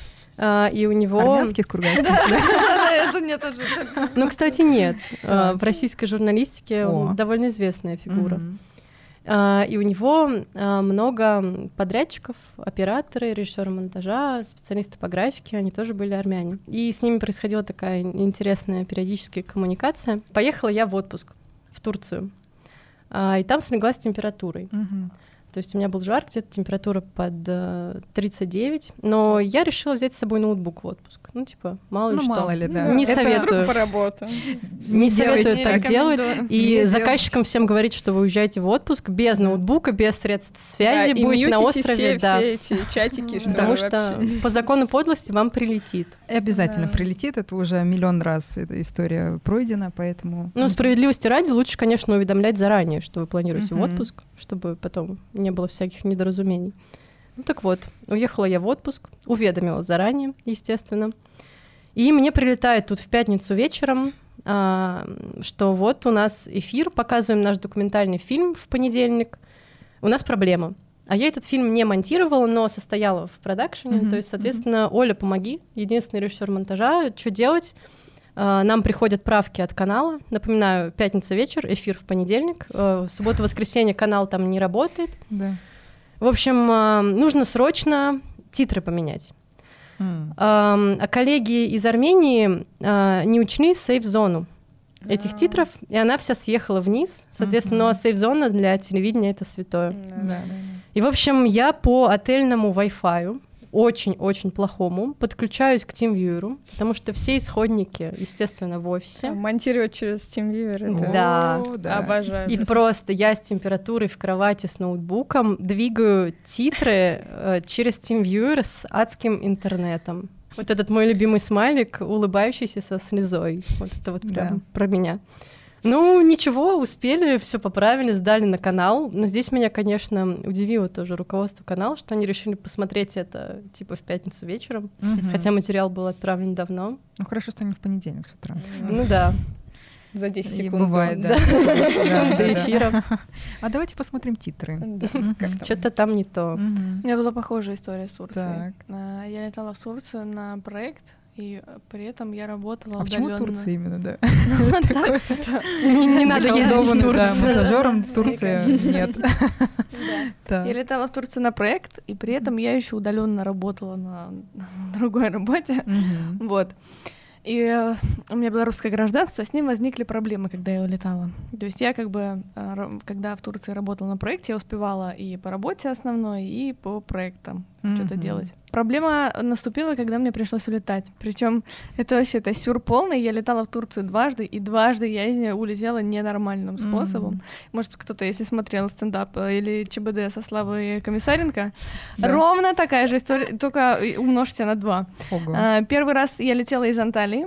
а, и у него... Армянских кругах, в смысле? Это мне тоже... Ну, кстати, нет. А, Так. В российской журналистике он О. довольно известная фигура. Мгм. А, И у него а, много подрядчиков, операторы, режиссеры монтажа, специалисты по графике, они тоже были армяне. И с ними происходила такая интересная периодически коммуникация. Поехала я в отпуск в Турцию, а, и там слеглась с температурой. Мгм. То есть у меня был жар, где-то температура под э, тридцать девять, но я решила взять с собой ноутбук в отпуск. Ну, типа, мало ли Ну, что. мало ли, да. Не Это советую. Вдруг поработаем. Не советую делайте, так не делать. рекомендую. И Не заказчикам всем говорить, что вы уезжаете в отпуск без ноутбука, без средств связи, Да, и будете на мьютите острове. все, да. все эти чатики, что Потому вы что вообще- по закону подлости вам прилетит. И обязательно Да. прилетит, это уже миллион раз эта история пройдена, поэтому... Ну, справедливости ради, лучше, конечно, уведомлять заранее, что вы планируете в Мгм. отпуск, чтобы потом не было всяких недоразумений. Ну так вот, уехала я в отпуск, уведомила заранее, естественно. И мне прилетает тут в пятницу вечером, а, что вот у нас эфир, показываем наш документальный фильм в понедельник, у нас проблема. А я этот фильм не монтировала, но состояла в продакшене, Мгм, то есть, соответственно, Оля, помоги, единственный режиссер монтажа, что делать? А, Нам приходят правки от канала. Напоминаю, пятница вечер, эфир в понедельник. А, В субботу-воскресенье канал там не работает. Да. В общем, а, нужно срочно титры поменять. М. А а коллеги из Армении а, не учли сейф-зону этих А. титров, и она вся съехала вниз. Соответственно, Мгм. но сейф-зона для телевидения — это святое. Да. Да, да, И, в общем, я по отельному Wi-Fi, очень-очень плохому, подключаюсь к TeamViewer, потому что все исходники, естественно, в офисе. Монтировать через TeamViewer, это Да. О, да. обожаю. И просто я с температурой в кровати с ноутбуком двигаю титры э, через TeamViewer с адским интернетом. Вот этот мой любимый смайлик, улыбающийся со слезой. Вот это вот прям Да. про меня. Ну, ничего, успели, все поправили, сдали на канал. Но здесь меня, конечно, удивило тоже руководство канала, что они решили посмотреть это типа в пятницу вечером, Мгм. хотя материал был отправлен давно. Ну, хорошо, что не в понедельник с утра. Ну да, За десять И секунд. бывает, до- да. секунд Да, до да. эфира. А давайте посмотрим титры. Да, Мгм. как там? Что-то там не то. Мгм. У меня была похожая история с Турцией. Так. А, Я летала в Турцию на проект, и э, при этом я работала А почему удалённо. Турция именно, да? Так, это- Не, не надо ездить в Заколдованный, да, Турцию. монтажером Турция нет. Да. Так. Я летала в Турцию на проект, и при этом я еще удаленно работала на на другой работе. Мгм. Вот. И э, у меня было русское гражданство, с ним возникли проблемы, когда я улетала. То есть я как бы, э, ра- когда в Турции работала на проекте, я успевала и по работе основной, и по проектам что-то Мгм. делать. Проблема наступила, когда мне пришлось улетать. Причем это вообще это сюр полный. Я летала в Турцию дважды, и дважды я из нее улетела ненормальным способом. Мгм. Может, кто-то, если смотрел стендап э, или ЧБД со Славой Комиссаренко, Да. ровно такая же история, только и умножьте на два. Ого. А, Первый раз я летела из Анталии.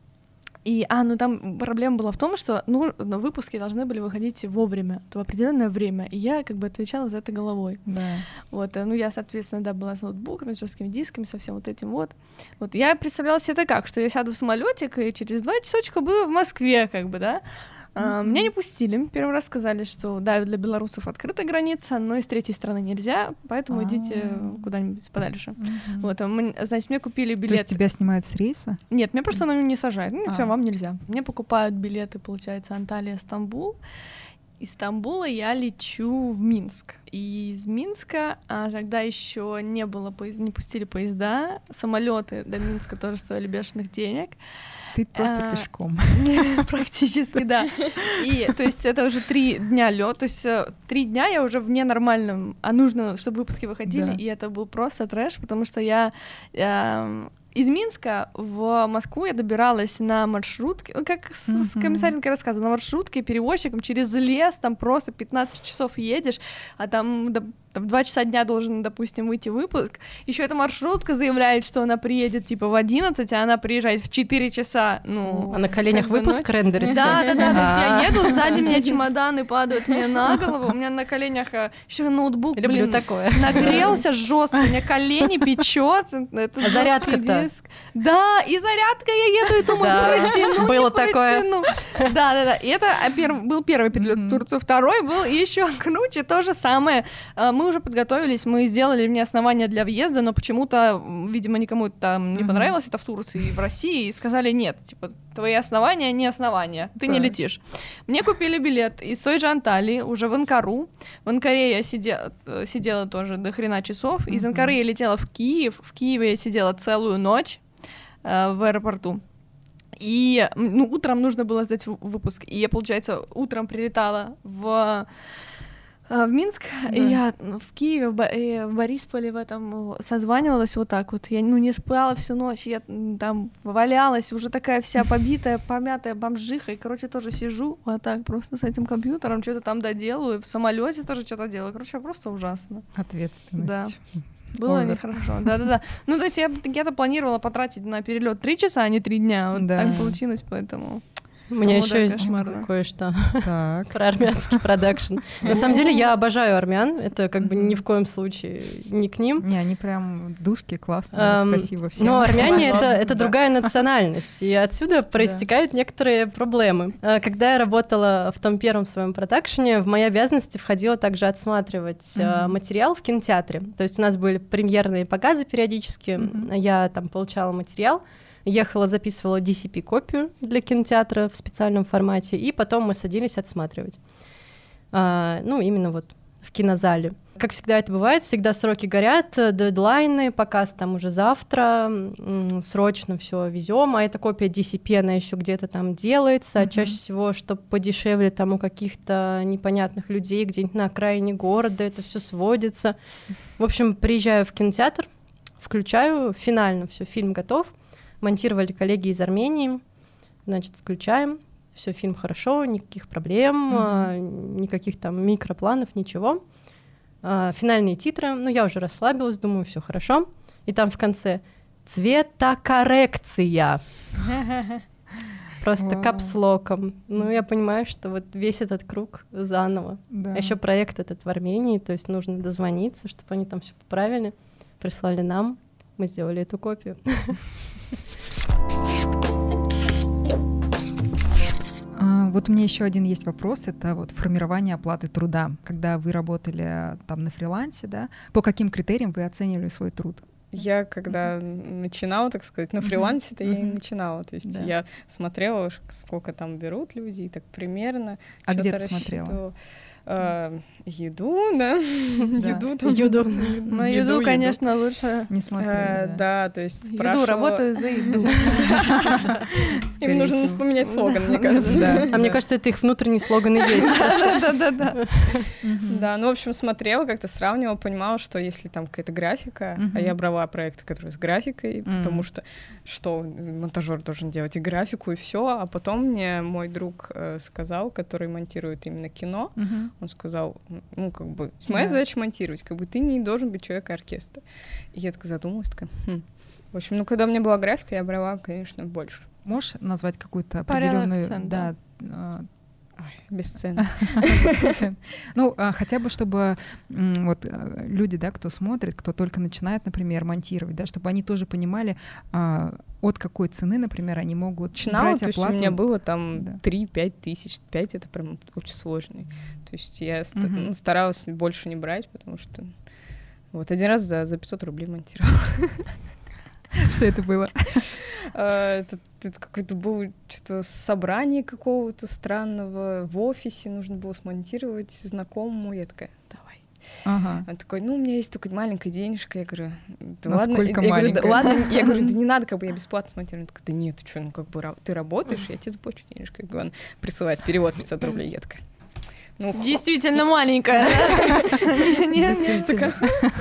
И, а, ну там проблема была в том, что ну, на выпуски должны были выходить вовремя, в определенное время, и я как бы отвечала за это головой. Да. Вот, э, ну я, соответственно, да, была с ноутбуками, с жесткими дисками, со всем вот этим вот. Вот я представляла себе это как, что я сяду в самолетик и через два часочка буду в Москве, как бы, да. А, Меня не пустили. Первый раз сказали, что да, для белорусов открыта граница, но из третьей страны нельзя, поэтому идите А. куда-нибудь подальше. Мгм. Вот, а мы- значит, мне купили То билет. есть тебя снимают с рейса? Нет, меня просто на него не сажают. Ну, А. все, вам нельзя. Мне покупают билеты, получается, Анталия, Стамбул. из Стамбула я лечу в Минск. И из Минска а, тогда еще не было поезд... не пустили поезда, самолеты до Минска тоже стоили бешеных денег. Ты просто А, пешком. Практически, да. И то есть это уже три дня лёд, то есть э, три дня я уже в ненормальном, а нужно, чтобы выпуски выходили, Да. и это был просто трэш, потому что я эм, из Минска в Москву я добиралась на маршрутке, ну, как с, с Мгм. комиссаренко рассказывала, на маршрутке перевозчиком через лес, там просто пятнадцать часов едешь, а там, да, там в два часа дня должен, допустим, выйти выпуск. Еще эта маршрутка заявляет, что она приедет типа в одиннадцать, а она приезжает в четыре часа. Ну, А на коленях как бы выпуск ночь. рендерится? Да, да, да, то есть я А. еду, сзади меня чемоданы падают мне на голову, у меня на коленях еще ноутбук, Люблю блин, такое. нагрелся жестко, у меня колени печет, это А зарядка-то? жесткий диск. Да, и зарядка я еду и думаю, Да, протяну, было не такое. протяну. Да, да, да. И это а, перв- был первый перелет в Мгм. Турцию, второй был еще круче, то же самое. А, Мы уже подготовились, мы сделали мне основания для въезда, но почему-то, м, видимо, никому это там не Мгм. понравилось, это в Турции и в России, и сказали нет, типа, твои основания не основания, ты не Так. летишь. Мне купили билет из той же Анталии уже в Анкару. В Анкаре я сидела, э, сидела тоже до хрена часов. Из Мгм. Анкары я летела в Киев. В Киеве я сидела целую ночь э, в аэропорту. И м, ну, утром нужно было сдать в- выпуск. И я, получается, утром прилетала в, э, в Минск. И Да. я ну, в Киеве, в, Бо- э, в Борисполе в этом э, созванивалась вот так вот. Я ну, не спала всю ночь. Я м, там валялась, уже такая вся побитая, помятая бомжиха. И, короче, тоже сижу вот так просто с этим компьютером, что-то там доделаю. В самолете тоже что-то делаю. Короче, просто ужасно. Ответственность. Было Овер. нехорошо, да-да-да. Ну, то есть я, я-то планировала потратить на перелет три часа, а не три дня. Вот Да. так получилось, поэтому... У меня Ну еще да, есть кошмарно. кое-что Так. про армянский продакшн. На самом деле я обожаю армян, это как бы Мгм. ни в коем случае не к ним. Не, они прям душки классные, Эм, спасибо всем. Но армяне это, это Да. другая национальность, и отсюда проистекают некоторые проблемы. Э, Когда я работала в том первом своем продакшене, в мои обязанности входило также отсматривать э, Мгм. материал в кинотеатре. То есть у нас были премьерные показы периодически, Мгм. я там получала материал, ехала, записывала ди си пи-копию для кинотеатра в специальном формате, и потом мы садились отсматривать. А, ну, именно вот в кинозале. Как всегда это бывает, всегда сроки горят, э, дедлайны, показ там уже завтра, м, срочно все везем, а эта копия ди си пи, она еще где-то там делается, а Мгм. чаще всего, чтобы подешевле там у каких-то непонятных людей где-нибудь на окраине города, это все сводится. В общем, приезжаю в кинотеатр, включаю, финально все, фильм готов, монтировали коллеги из Армении, значит, включаем, все, фильм хорошо, никаких проблем, Мгм. а, никаких там микропланов, ничего. А, финальные титры, ну, я уже расслабилась, думаю, все хорошо. И там в конце цветокоррекция. Просто Вау. капслоком. Ну, я понимаю, что вот весь этот круг заново. Да. А еще проект этот в Армении, то есть нужно дозвониться, чтобы они там все поправили, прислали нам, мы сделали эту копию. А, Вот у меня еще один есть вопрос, это вот формирование оплаты труда. Когда вы работали а, там на фрилансе, да, по каким критериям вы оценивали свой труд? Я когда начинала, так сказать, на Мгм. фрилансе-то я и Мгм. начинала. То есть Да. я смотрела, ш- сколько там берут люди, и так примерно. А где чё-то ты смотрела? рассчитывала. А, еду, да. Еду там. Еду. На еду, конечно, лучше. Не смотрели, Э, да. Да, то есть Еду, спрашивала. работаю за еду. Им нужно всего. вспоминать слоган, мне кажется. Да. А мне кажется, это их внутренний слоган и есть. Да-да-да. Мгм. Да, ну, в общем, смотрела, как-то сравнивала, понимала, что если там какая-то графика, Мгм. а я брала проекты, которые с графикой, М. потому что что монтажер должен делать и графику, и все. А потом мне мой друг э, сказал, который монтирует именно кино, Мгм. он сказал, ну, как бы, моя Да. задача монтировать, как бы ты не должен быть человек-оркестр. И я так задумалась, такая, хм. В общем, ну, когда у меня была графика, я брала, конечно, больше. Можешь назвать какую-то Порядок определенную, цен, да, а, Бесценно. ну, а, хотя бы, чтобы м, вот а, люди, да, кто смотрит, кто только начинает, например, монтировать, да, чтобы они тоже понимали, а, от какой цены, например, они могут Начинала, брать то есть у оплату. меня было там Да. три-пять тысяч, пять это прям очень сложный. То есть я ста- Мгм. ну, старалась больше не брать, потому что вот один раз за, за пятьсот рублей монтировала. Что это было? А, Это это какое-то было что-то собрание какого-то странного в офисе, нужно было смонтировать знакомому. Я такая, давай. Ага. Он такой, ну, у меня есть только маленькая денежка. Я говорю, да Насколько ладно. Я говорю, да маленькая? ладно. Я говорю, да не надо, как бы я бесплатно смонтирую. Он такой, да нет, ты что, ну как бы ра- ты работаешь, я тебе заплачу денежкой. Я говорю, он присылает перевод пятьсот рублей. Я такая, ну, Действительно маленькая. Не- не- Действительно.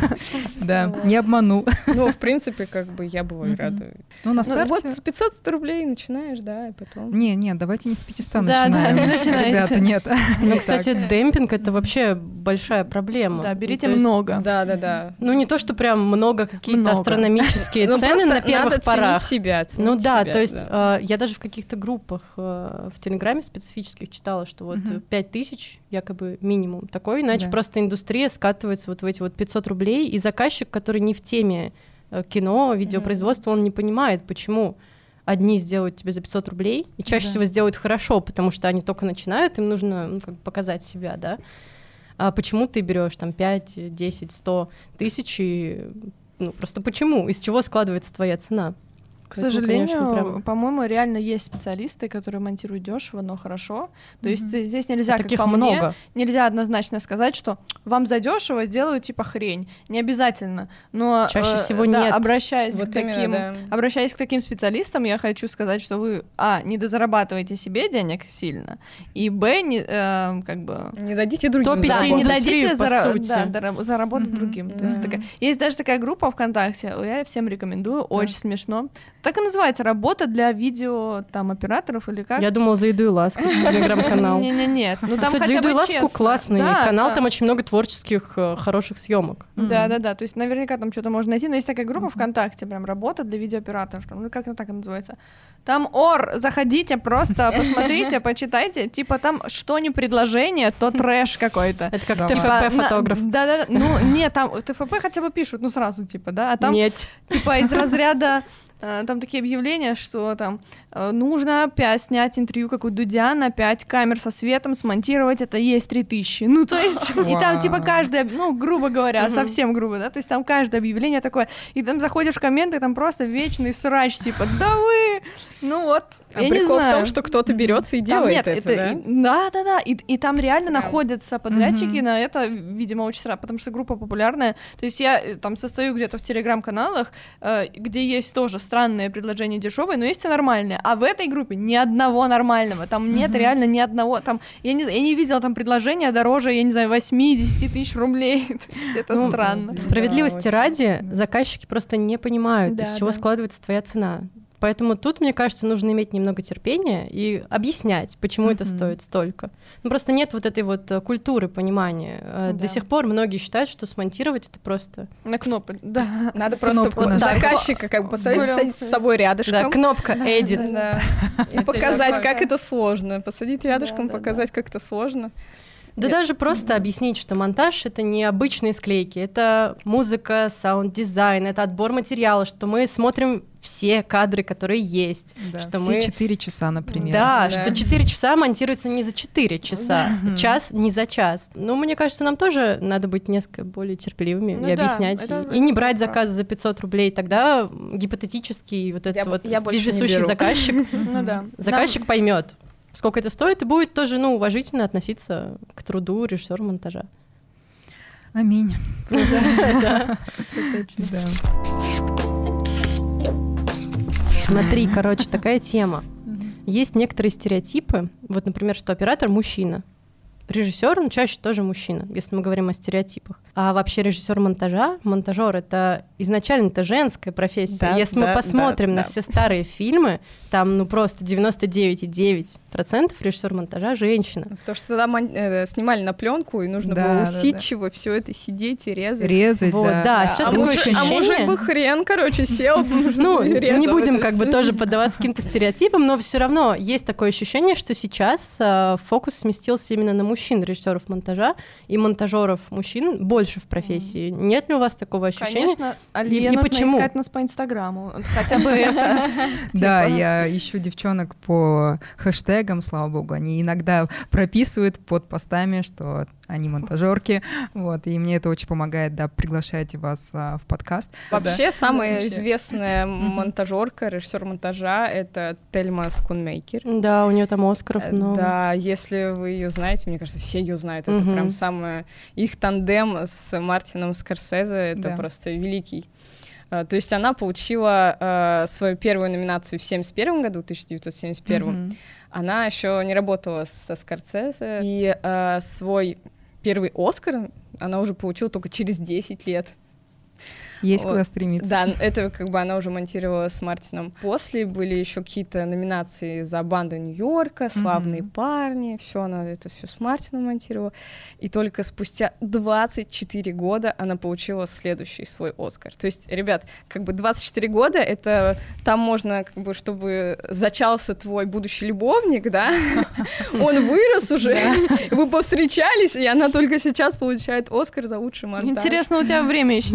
Да, не обманул. ну, в принципе, как бы я бываю Мгм. рада. Ну, на Ну, старте... вот с пятьсот рублей начинаешь, да, и потом. Не, не, давайте не с пятисот Да, да, начинаем. не начинайте. Ребята, нет. Ну, не кстати, так. демпинг — это вообще большая проблема. Да, Ну, берите то есть, много. Да, да, да. Ну, не то, что прям много, какие-то Много. астрономические Ну, цены просто на первых надо порах. ценить себя, ценить Ну да, себя, то есть да. э, я даже в каких-то группах э, в Телеграме специфических читала, что вот Мгм. пять тысяч якобы минимум такой, иначе Да. просто индустрия скатывается вот в эти вот пятьсот рублей, и заказчик, который не в теме э, кино, видеопроизводства, он не понимает, почему одни сделают тебе за пятьсот рублей, и чаще Да. всего сделают хорошо, потому что они только начинают, им нужно ну, как бы показать себя, да. А почему ты берешь там пять, десять, сто тысяч, и ну, просто почему? Из чего складывается твоя цена? К Поэтому, сожалению, конечно, прям- по-моему, реально есть специалисты, которые монтируют дешево, но хорошо. То есть Мгм. здесь нельзя, как Таких по мне, много. нельзя однозначно сказать, что вам задешево сделают типа хрень. Не обязательно. Но Чаще э, всего да, нет. обращаясь Вот к таким, именно, да. обращаясь к таким специалистам, я хочу сказать, что вы а не дозарабатываете себе денег сильно, и б не э, как бы Не дадите другим Топите да, индустрию, не дадите по зара- сути. да, дора- заработать Мгм. другим. То есть Да. такая- есть даже такая группа ВКонтакте, я всем рекомендую, очень смешно. Так и называется «Работа для видео там операторов» или как? Я думала, за еду и ласку, телеграм-канал. Не, не, нет. Ну там Кстати, за хотя еду и бы ласку честно. классный Да, канал, да. там очень много творческих, э, хороших съемок. Да, да, да. То есть наверняка там что-то можно найти. Но есть такая группа ВКонтакте, прям «Работа для видеооператоров». Там, ну как она так и называется? Там ор, заходите, просто посмотрите, почитайте. Типа там что ни предложение, то трэш какой-то. Это как Да. ТФП-фотограф. Да, да, да. Ну, нет, там ТФП хотя бы пишут, ну сразу, типа, да. А там Нет. типа из разряда э, там такие объявления, что там э, нужно опять снять интервью, как у Дудя, на пять камер со светом, смонтировать, это есть три тысячи. Ну, то есть, и там типа Вау. каждое, ну, грубо говоря, Мгм. совсем грубо, да, то есть там каждое объявление такое, и там заходишь в комменты, там просто вечный срач, типа, да вы, ну вот, А я не прикол в знаю. том, что кто-то берется и Там делает нет, это, да? и- да, да, да, и, и там реально Да. находятся подрядчики Мгм. на это, видимо, очень сразу, потому что группа популярная. То есть я э, там состою где-то в телеграм-каналах, э, где есть тоже странные предложения дешевые, но есть и нормальные. А в этой группе ни одного нормального. Там нет Мгм. реально ни одного. Там я не, я не видела там предложения дороже, я не знаю, восемь-десять тысяч рублей. То есть это Ну, странно. Да, Справедливости очень. ради, заказчики просто не понимают, Да, из чего да. складывается твоя цена. Поэтому тут, мне кажется, нужно иметь немного терпения и объяснять, почему это Мгм. стоит столько. Ну, просто нет вот этой вот э, культуры понимания. Э, Да. До сих пор многие считают, что смонтировать это просто... На кнопы, да. Надо просто Кнопку по- нажать. заказчика как бы посадить Гулём. посадить с собой рядышком. Да, кнопка «Edit». Да. И Это показать, такое, как да. это сложно. Посадить рядышком, Да, да, показать, как это сложно. Да Нет. даже просто объяснить, что монтаж — это не обычные склейки, это музыка, саунд-дизайн, это отбор материала, что мы смотрим все кадры, которые есть. Да, что все мы- четыре часа, например. Да, Да. что четыре часа монтируется не за четыре часа, Мгм. час не за час. Ну, мне кажется, нам тоже надо быть несколько более терпеливыми Ну и да, объяснять, это- и, это и не брать правда. заказы за пятьсот рублей. Тогда м, гипотетический вот этот Я б- вот я больше не вездесущий беру. заказчик, Ну да. заказчик поймет, сколько это стоит, и будет тоже, ну, уважительно относиться к труду режиссера монтажа. Аминь. Да. Да. Смотри, короче, такая тема. Есть некоторые стереотипы, вот, например, что оператор мужчина, режиссер, ну, чаще тоже мужчина, если мы говорим о стереотипах. А вообще режиссер монтажа, монтажер — это изначально это женская профессия. Да, если мы да, посмотрим да, на да. все старые фильмы, там, ну, просто девяносто девять и девять десятых процентов режиссер монтажа женщина. Потому что тогда мон- э, снимали на пленку, и нужно Да, было да, да. усидчиво все это сидеть и резать. Резать, Вот, да. да, сейчас а, такое мужик, а ощущение. мужик бы хрен, короче, сел. Ну, и резал не будем это как бы всё. тоже поддаваться каким-то стереотипам, но все равно есть такое ощущение, что сейчас э, фокус сместился именно на мужчин, режиссеров монтажа, и монтажеров мужчин больше в профессии. Нет ли у вас такого ощущения? Конечно, Алия, И- и нужно почему? искать нас по Инстаграму. Вот Хотя бы это. Да, Типа. я ищу девчонок по хэштегам, слава богу. Они иногда прописывают под постами, что они монтажерки, вот, и мне это очень помогает, да, приглашать вас а, в подкаст. Вообще, да. самая Да, вообще. известная монтажерка, режиссер монтажа — это Тельма Скунмейкер. Да, у нее там Оскаров много. Да, если вы ее знаете, мне кажется, все ее знают. Это Мгм. прям самое... Их тандем с Мартином Скорсезе — это Да. просто великий. А, То есть она получила а, свою первую номинацию в семьдесят первом году, тысяча девятьсот семьдесят первом. Мгм. Она еще не работала со Скорсезе, и а, свой первый Оскар она уже получила только через десять лет. Есть Вот. куда стремиться. Да, это как бы она уже монтировала с Мартином. После были еще какие-то номинации за «Банда Нью-Йорка», «Славные Мгм. парни», все она это все с Мартином монтировала. И только спустя двадцать четыре года она получила следующий свой Оскар. То есть, ребят, как бы двадцать четыре года — это там можно, как бы, чтобы зачался твой будущий любовник, да, он вырос уже, вы повстречались, и она только сейчас получает Оскар за лучший монтаж. Интересно, у тебя время еще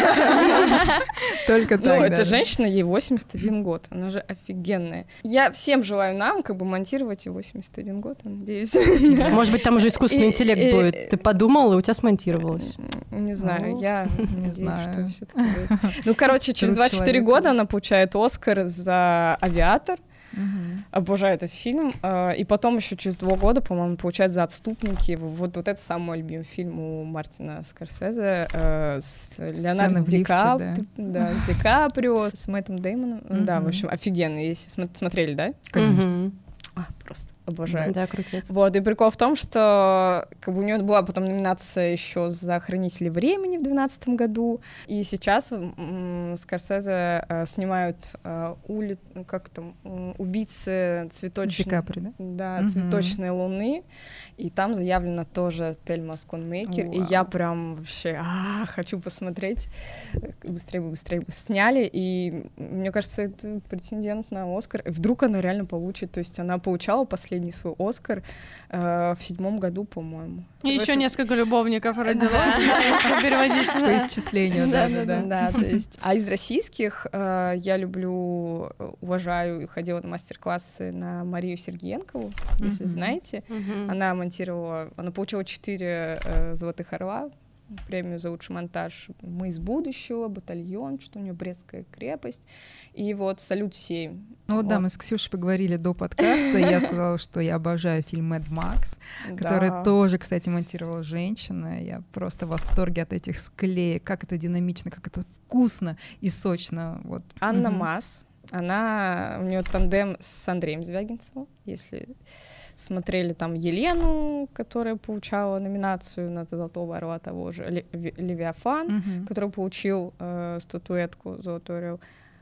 Только так, Ну, да, эта да. женщина, ей восемьдесят один год, она же офигенная. Я всем желаю нам как бы монтировать и восемьдесят один год, я надеюсь. Может быть, там уже искусственный И- интеллект и- будет. Ты подумал, и у тебя смонтировалось. Не знаю, Ну, я не надеюсь, знаю. что всё-таки будет. Ну, короче, через Труд двадцать четыре человека. года она получает Оскар за «Авиатор». Мгм. Обожаю этот фильм. э, И потом еще через два года, по-моему, получает за «Отступники». Вот, вот это самый мой любимый фильм у Мартина Скорсезе э, с Леонардо в Ди лифте, Кап- да. да, с Ди Каприо, с Мэттом Деймоном. Да, в Мгм. общем, офигенно. Если смо- смотрели, да? Конечно. Мгм. А, просто обожаю. Да, крутец. Вот, и прикол в том, что как бы у нее была потом номинация еще за «Хранители времени» в двенадцатом году, и сейчас м, Скорсезе э, снимают э, ули... как там, м, «Убийцы С Ди цветочной... Каприо, да? Да, Мгм. «Цветочной луны», и там заявлена тоже Тельма Скунмейкер, и Вау. я прям вообще а, хочу посмотреть, быстрее бы, быстрее бы сняли, и мне кажется, это претендент на Оскар, и вдруг она реально получит, то есть она получала последний свой Оскар э, в седьмом году, по-моему. И еще Короче, несколько любовников родилось. Переводить. По исчислению, да, да, да. Да, то есть. А из российских э, я люблю, э, уважаю и ходила на мастер-классы на Марию Сергеенкову, если Мгм. знаете. Мгм. Она монтировала, она получила четыре э, золотых орла, премию за лучший монтаж «Мы из будущего», «Батальон», что у нее «Брестская крепость», и вот «Салют семь». Ну вот да, Вот. мы с Ксюшей поговорили до подкаста, и я сказала, что я обожаю фильм «Мэд Макс», который Да. тоже, кстати, монтировала женщина. Я просто в восторге от этих склеек, как это динамично, как это вкусно и сочно. Вот. Анна Мгм. Мас, она, у нее тандем с Андреем Звягинцевым, если смотрели там Елену, которая получала номинацию на «Золотого орла» того же, Ле- Ви- Левиафан, Мгм. который получил э, статуэтку «Золотой орел»,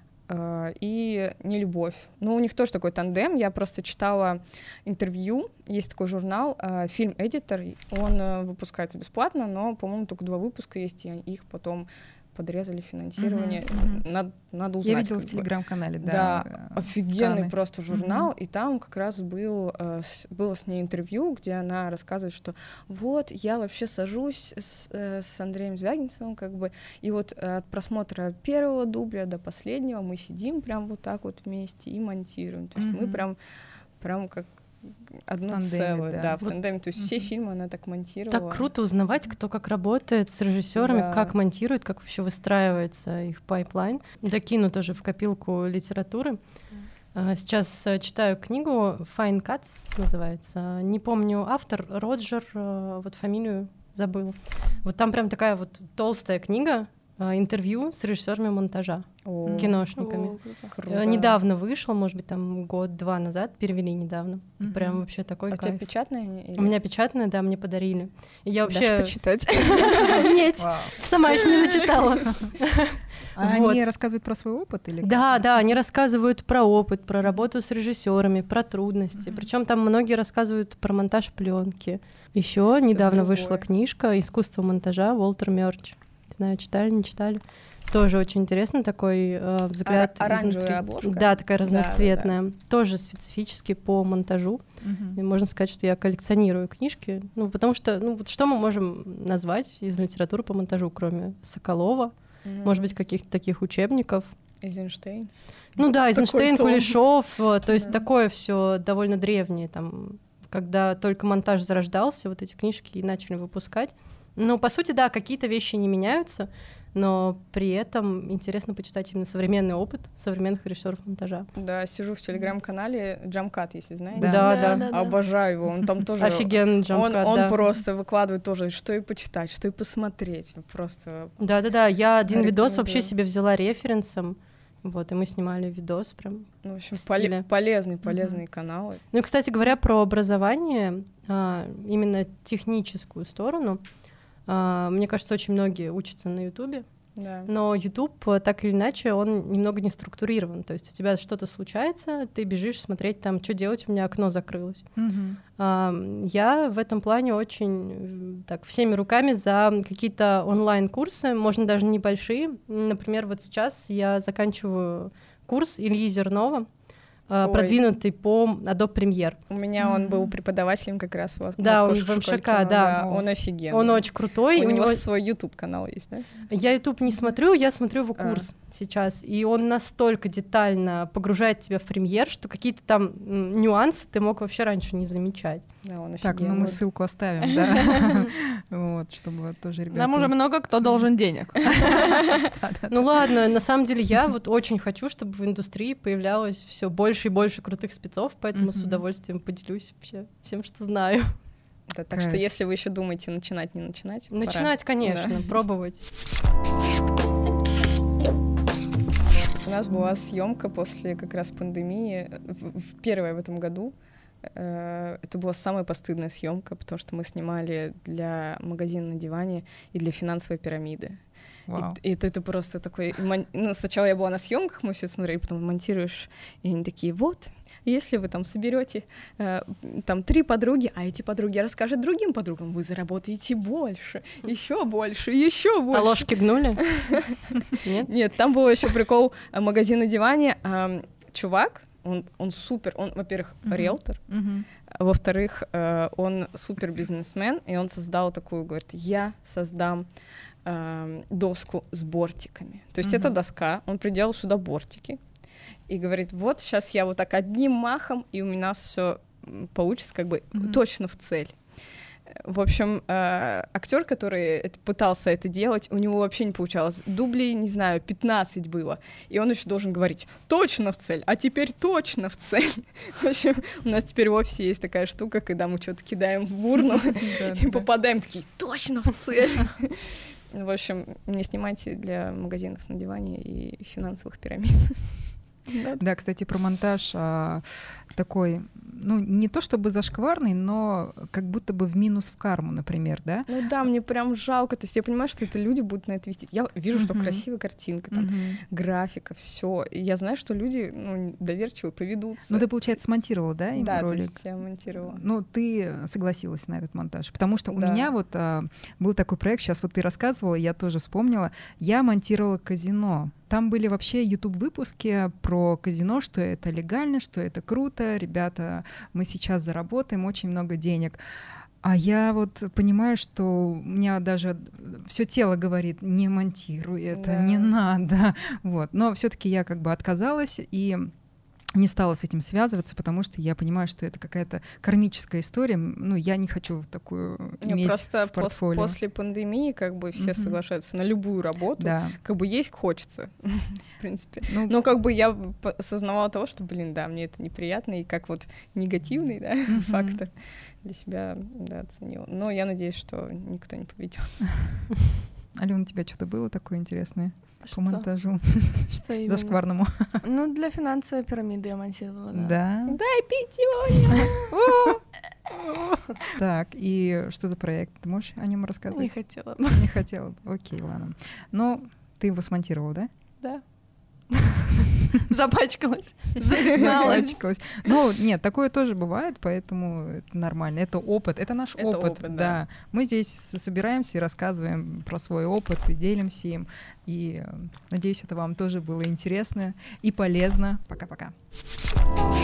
э, и «Нелюбовь». Ну, у них тоже такой тандем. Я просто читала интервью, есть такой журнал, э, фильм «Эдитор», он э, выпускается бесплатно, но, по-моему, только два выпуска есть, и их потом подрезали финансирование. Мгм, мгм. Надо, надо узнать. Я видела как в бы. телеграм-канале, да. Да, э, офигенный сканы. просто журнал, Мгм. и там как раз был, э, с- было с ней интервью, где она рассказывает, что вот я вообще сажусь с, э, с Андреем Звягинцевым, как бы, и вот э, от просмотра первого дубля до последнего мы сидим прям вот так вот вместе и монтируем, то есть мы Мгм. прям, прям как одно тандеме, целое, да. да, в Вот. тандеме, то есть все Мгм. фильмы она так монтировала. Так круто узнавать, кто как работает с режиссерами, Да. как монтирует, как вообще выстраивается их пайплайн. Докину тоже в копилку литературы. А, Сейчас э, читаю книгу Fine Cuts называется. Не помню автор, Роджер, э, вот фамилию забыл. Вот там прям такая вот толстая книга, э, интервью с режиссерами монтажа, О, киношниками. О, круто. круто. Э, Недавно вышел, может быть, там год-два назад, перевели недавно. И Мгм. Прям вообще такой А у тебя кайф. печатная? или- У меня печатная, да, мне подарили. И я Дашь вообще... почитать? Нет, Вау. сама еще не дочитала. А Вот. они рассказывают про свой опыт или как? Да, да, они рассказывают про опыт, про работу с режиссерами, про трудности. Причем там многие рассказывают про монтаж пленки. Еще недавно другое. вышла книжка «Искусство монтажа» Уолтер Мёрч. Не знаю, читали, не читали. Тоже очень интересно такой э, взгляд. Ора- оранжевая изнутри. обложка? Да, такая Да, да, да. разноцветная. Тоже специфически по монтажу. Мгм. И можно сказать, что я коллекционирую книжки. Ну, потому что, ну, вот что мы можем назвать из литературы по монтажу, кроме Соколова, Мгм. может быть, каких-то таких учебников. Эйзенштейн. Ну да, Эйзенштейн, том. Кулешов, э, то есть Да. такое все довольно древнее, там когда только монтаж зарождался, вот эти книжки и начали выпускать. Ну, по сути, да, какие-то вещи не меняются, но при этом интересно почитать именно современный опыт современных режиссеров монтажа. Да, сижу в телеграм-канале Джамкат, если знаете. Да, да. да. Обожаю его, он там тоже... Офигенный Он, Джамкат, он да. просто выкладывает тоже, что и почитать, что и посмотреть. Просто... Да-да-да, я один видос вообще Рекомендую. себе взяла референсом, вот, и мы снимали видос прям. Ну, в общем, В стиле. поле- полезные, полезные каналы. Ну и, кстати говоря, про образование, а, именно техническую сторону, а, мне кажется, очень многие учатся на Ютубе, Да. но YouTube, а, так или иначе, он немного не структурирован, то есть у тебя что-то случается, ты бежишь смотреть там, что делать, у меня окно закрылось. Мгм. А, Я в этом плане очень м, так всеми руками за какие-то онлайн-курсы, можно даже небольшие. Например, вот сейчас я заканчиваю курс Ильи Зернова, а, Ой. продвинутый по Adobe Premiere. У меня он Мгм. был преподавателем как раз вот в Да, он Московской в школе МШК, кино, да. Он офигенный. Он очень крутой. У у него него- свой YouTube-канал есть, да? Я YouTube не смотрю, я смотрю его А. курс сейчас, и он настолько детально погружает тебя в премьер, что какие-то там м, нюансы ты мог вообще раньше не замечать. Да, он Так, ну офигенный. мы ссылку оставим, да, вот, чтобы тоже ребята... Нам уже много кто должен денег. Ну ладно, на самом деле я вот очень хочу, чтобы в индустрии появлялось все больше и больше крутых спецов, поэтому с Мгм. удовольствием поделюсь вообще всем, что знаю. Да, так что Кайф. если вы еще думаете начинать, не начинать, пора. Начинать, конечно, пробовать. У нас была съемка после как раз пандемии, в, в- первая в этом году. Э, Это была самая постыдная съемка, потому что мы снимали для магазина на диване и для финансовой пирамиды. Вау. И, и это, это просто такой... мон- ну, сначала я была на съемках, мы все смотрели, потом монтируешь, и они такие, вот, если вы там соберете э, там три подруги, а эти подруги расскажут другим подругам, вы заработаете больше, еще больше, еще больше. А ложки гнули? Нет? Нет, там был еще прикол э, магазин на диване. эм, Чувак, он, он супер, он, во-первых, Мгм. риэлтор, Мгм. а во-вторых, э, он супер бизнесмен, и он создал такую, говорит, я создам эм, доску с бортиками. То есть это Мгм. доска, он приделал сюда бортики, и говорит, вот сейчас я вот так одним махом, и у меня все получится как бы Мгм. точно в цель. В общем, э, актер, который это- пытался это делать, у него вообще не получалось. Дублей, не знаю, пятнадцать было. И он еще должен говорить точно в цель, а теперь точно в цель. В общем, у нас теперь в офисе есть такая штука, когда мы что-то кидаем в урну Да, и да. попадаем такие точно в цель. В общем, не снимайте для магазинов на диване и финансовых пирамид. Да, кстати, про монтаж а, такой, ну, не то чтобы зашкварный, но как будто бы в минус в карму, например, да? Ну да, мне прям жалко. То есть я понимаю, что это люди будут на это вести. Я вижу, что Мгм. красивая картинка, там, Мгм. графика, все. И я знаю, что люди ну, доверчиво поведутся. Ну, ты, получается, смонтировала, да, им да, то ролик? есть я монтировала. Ну, ты согласилась на этот монтаж, потому что у Да. меня вот а, был такой проект, сейчас вот ты рассказывала, я тоже вспомнила, я монтировала казино. Там были вообще YouTube-выпуски про казино, что это легально, что это круто, ребята, мы сейчас заработаем очень много денег. А я вот понимаю, что у меня даже все тело говорит, не монтируй это, Да. не надо. Вот. Но все-таки я как бы отказалась и не стала с этим связываться, потому что я понимаю, что это какая-то кармическая история. Ну, я не хочу такую Не, иметь просто в пос- портфолио. после пандемии как бы все Мгм. соглашаются на любую работу. Да. Как бы есть хочется, в принципе. Ну, Но как бы я п- осознавала того, что, блин, да, мне это неприятно, и как вот негативный, да, Мгм. фактор для себя, да, оценила. Но я надеюсь, что никто не поведет. Алена, у тебя что-то было такое интересное Что? по монтажу Что именно? зашкварному? Ну, для финансовой пирамиды я монтировала, да. Да. Дай пятюню! Так, и что за проект? Ты можешь о нем Не рассказать? хотела. Не хотела. Окей, ладно. Ну, ты его смонтировала, да? Да. Запачкалась. Загналась. Запачкалась. Ну, нет, такое тоже бывает, поэтому это нормально. Это опыт, это наш Это опыт, опыт, да. да. Мы здесь с- собираемся и рассказываем про свой опыт и делимся им. И э, надеюсь, это вам тоже было интересно и полезно. Пока-пока.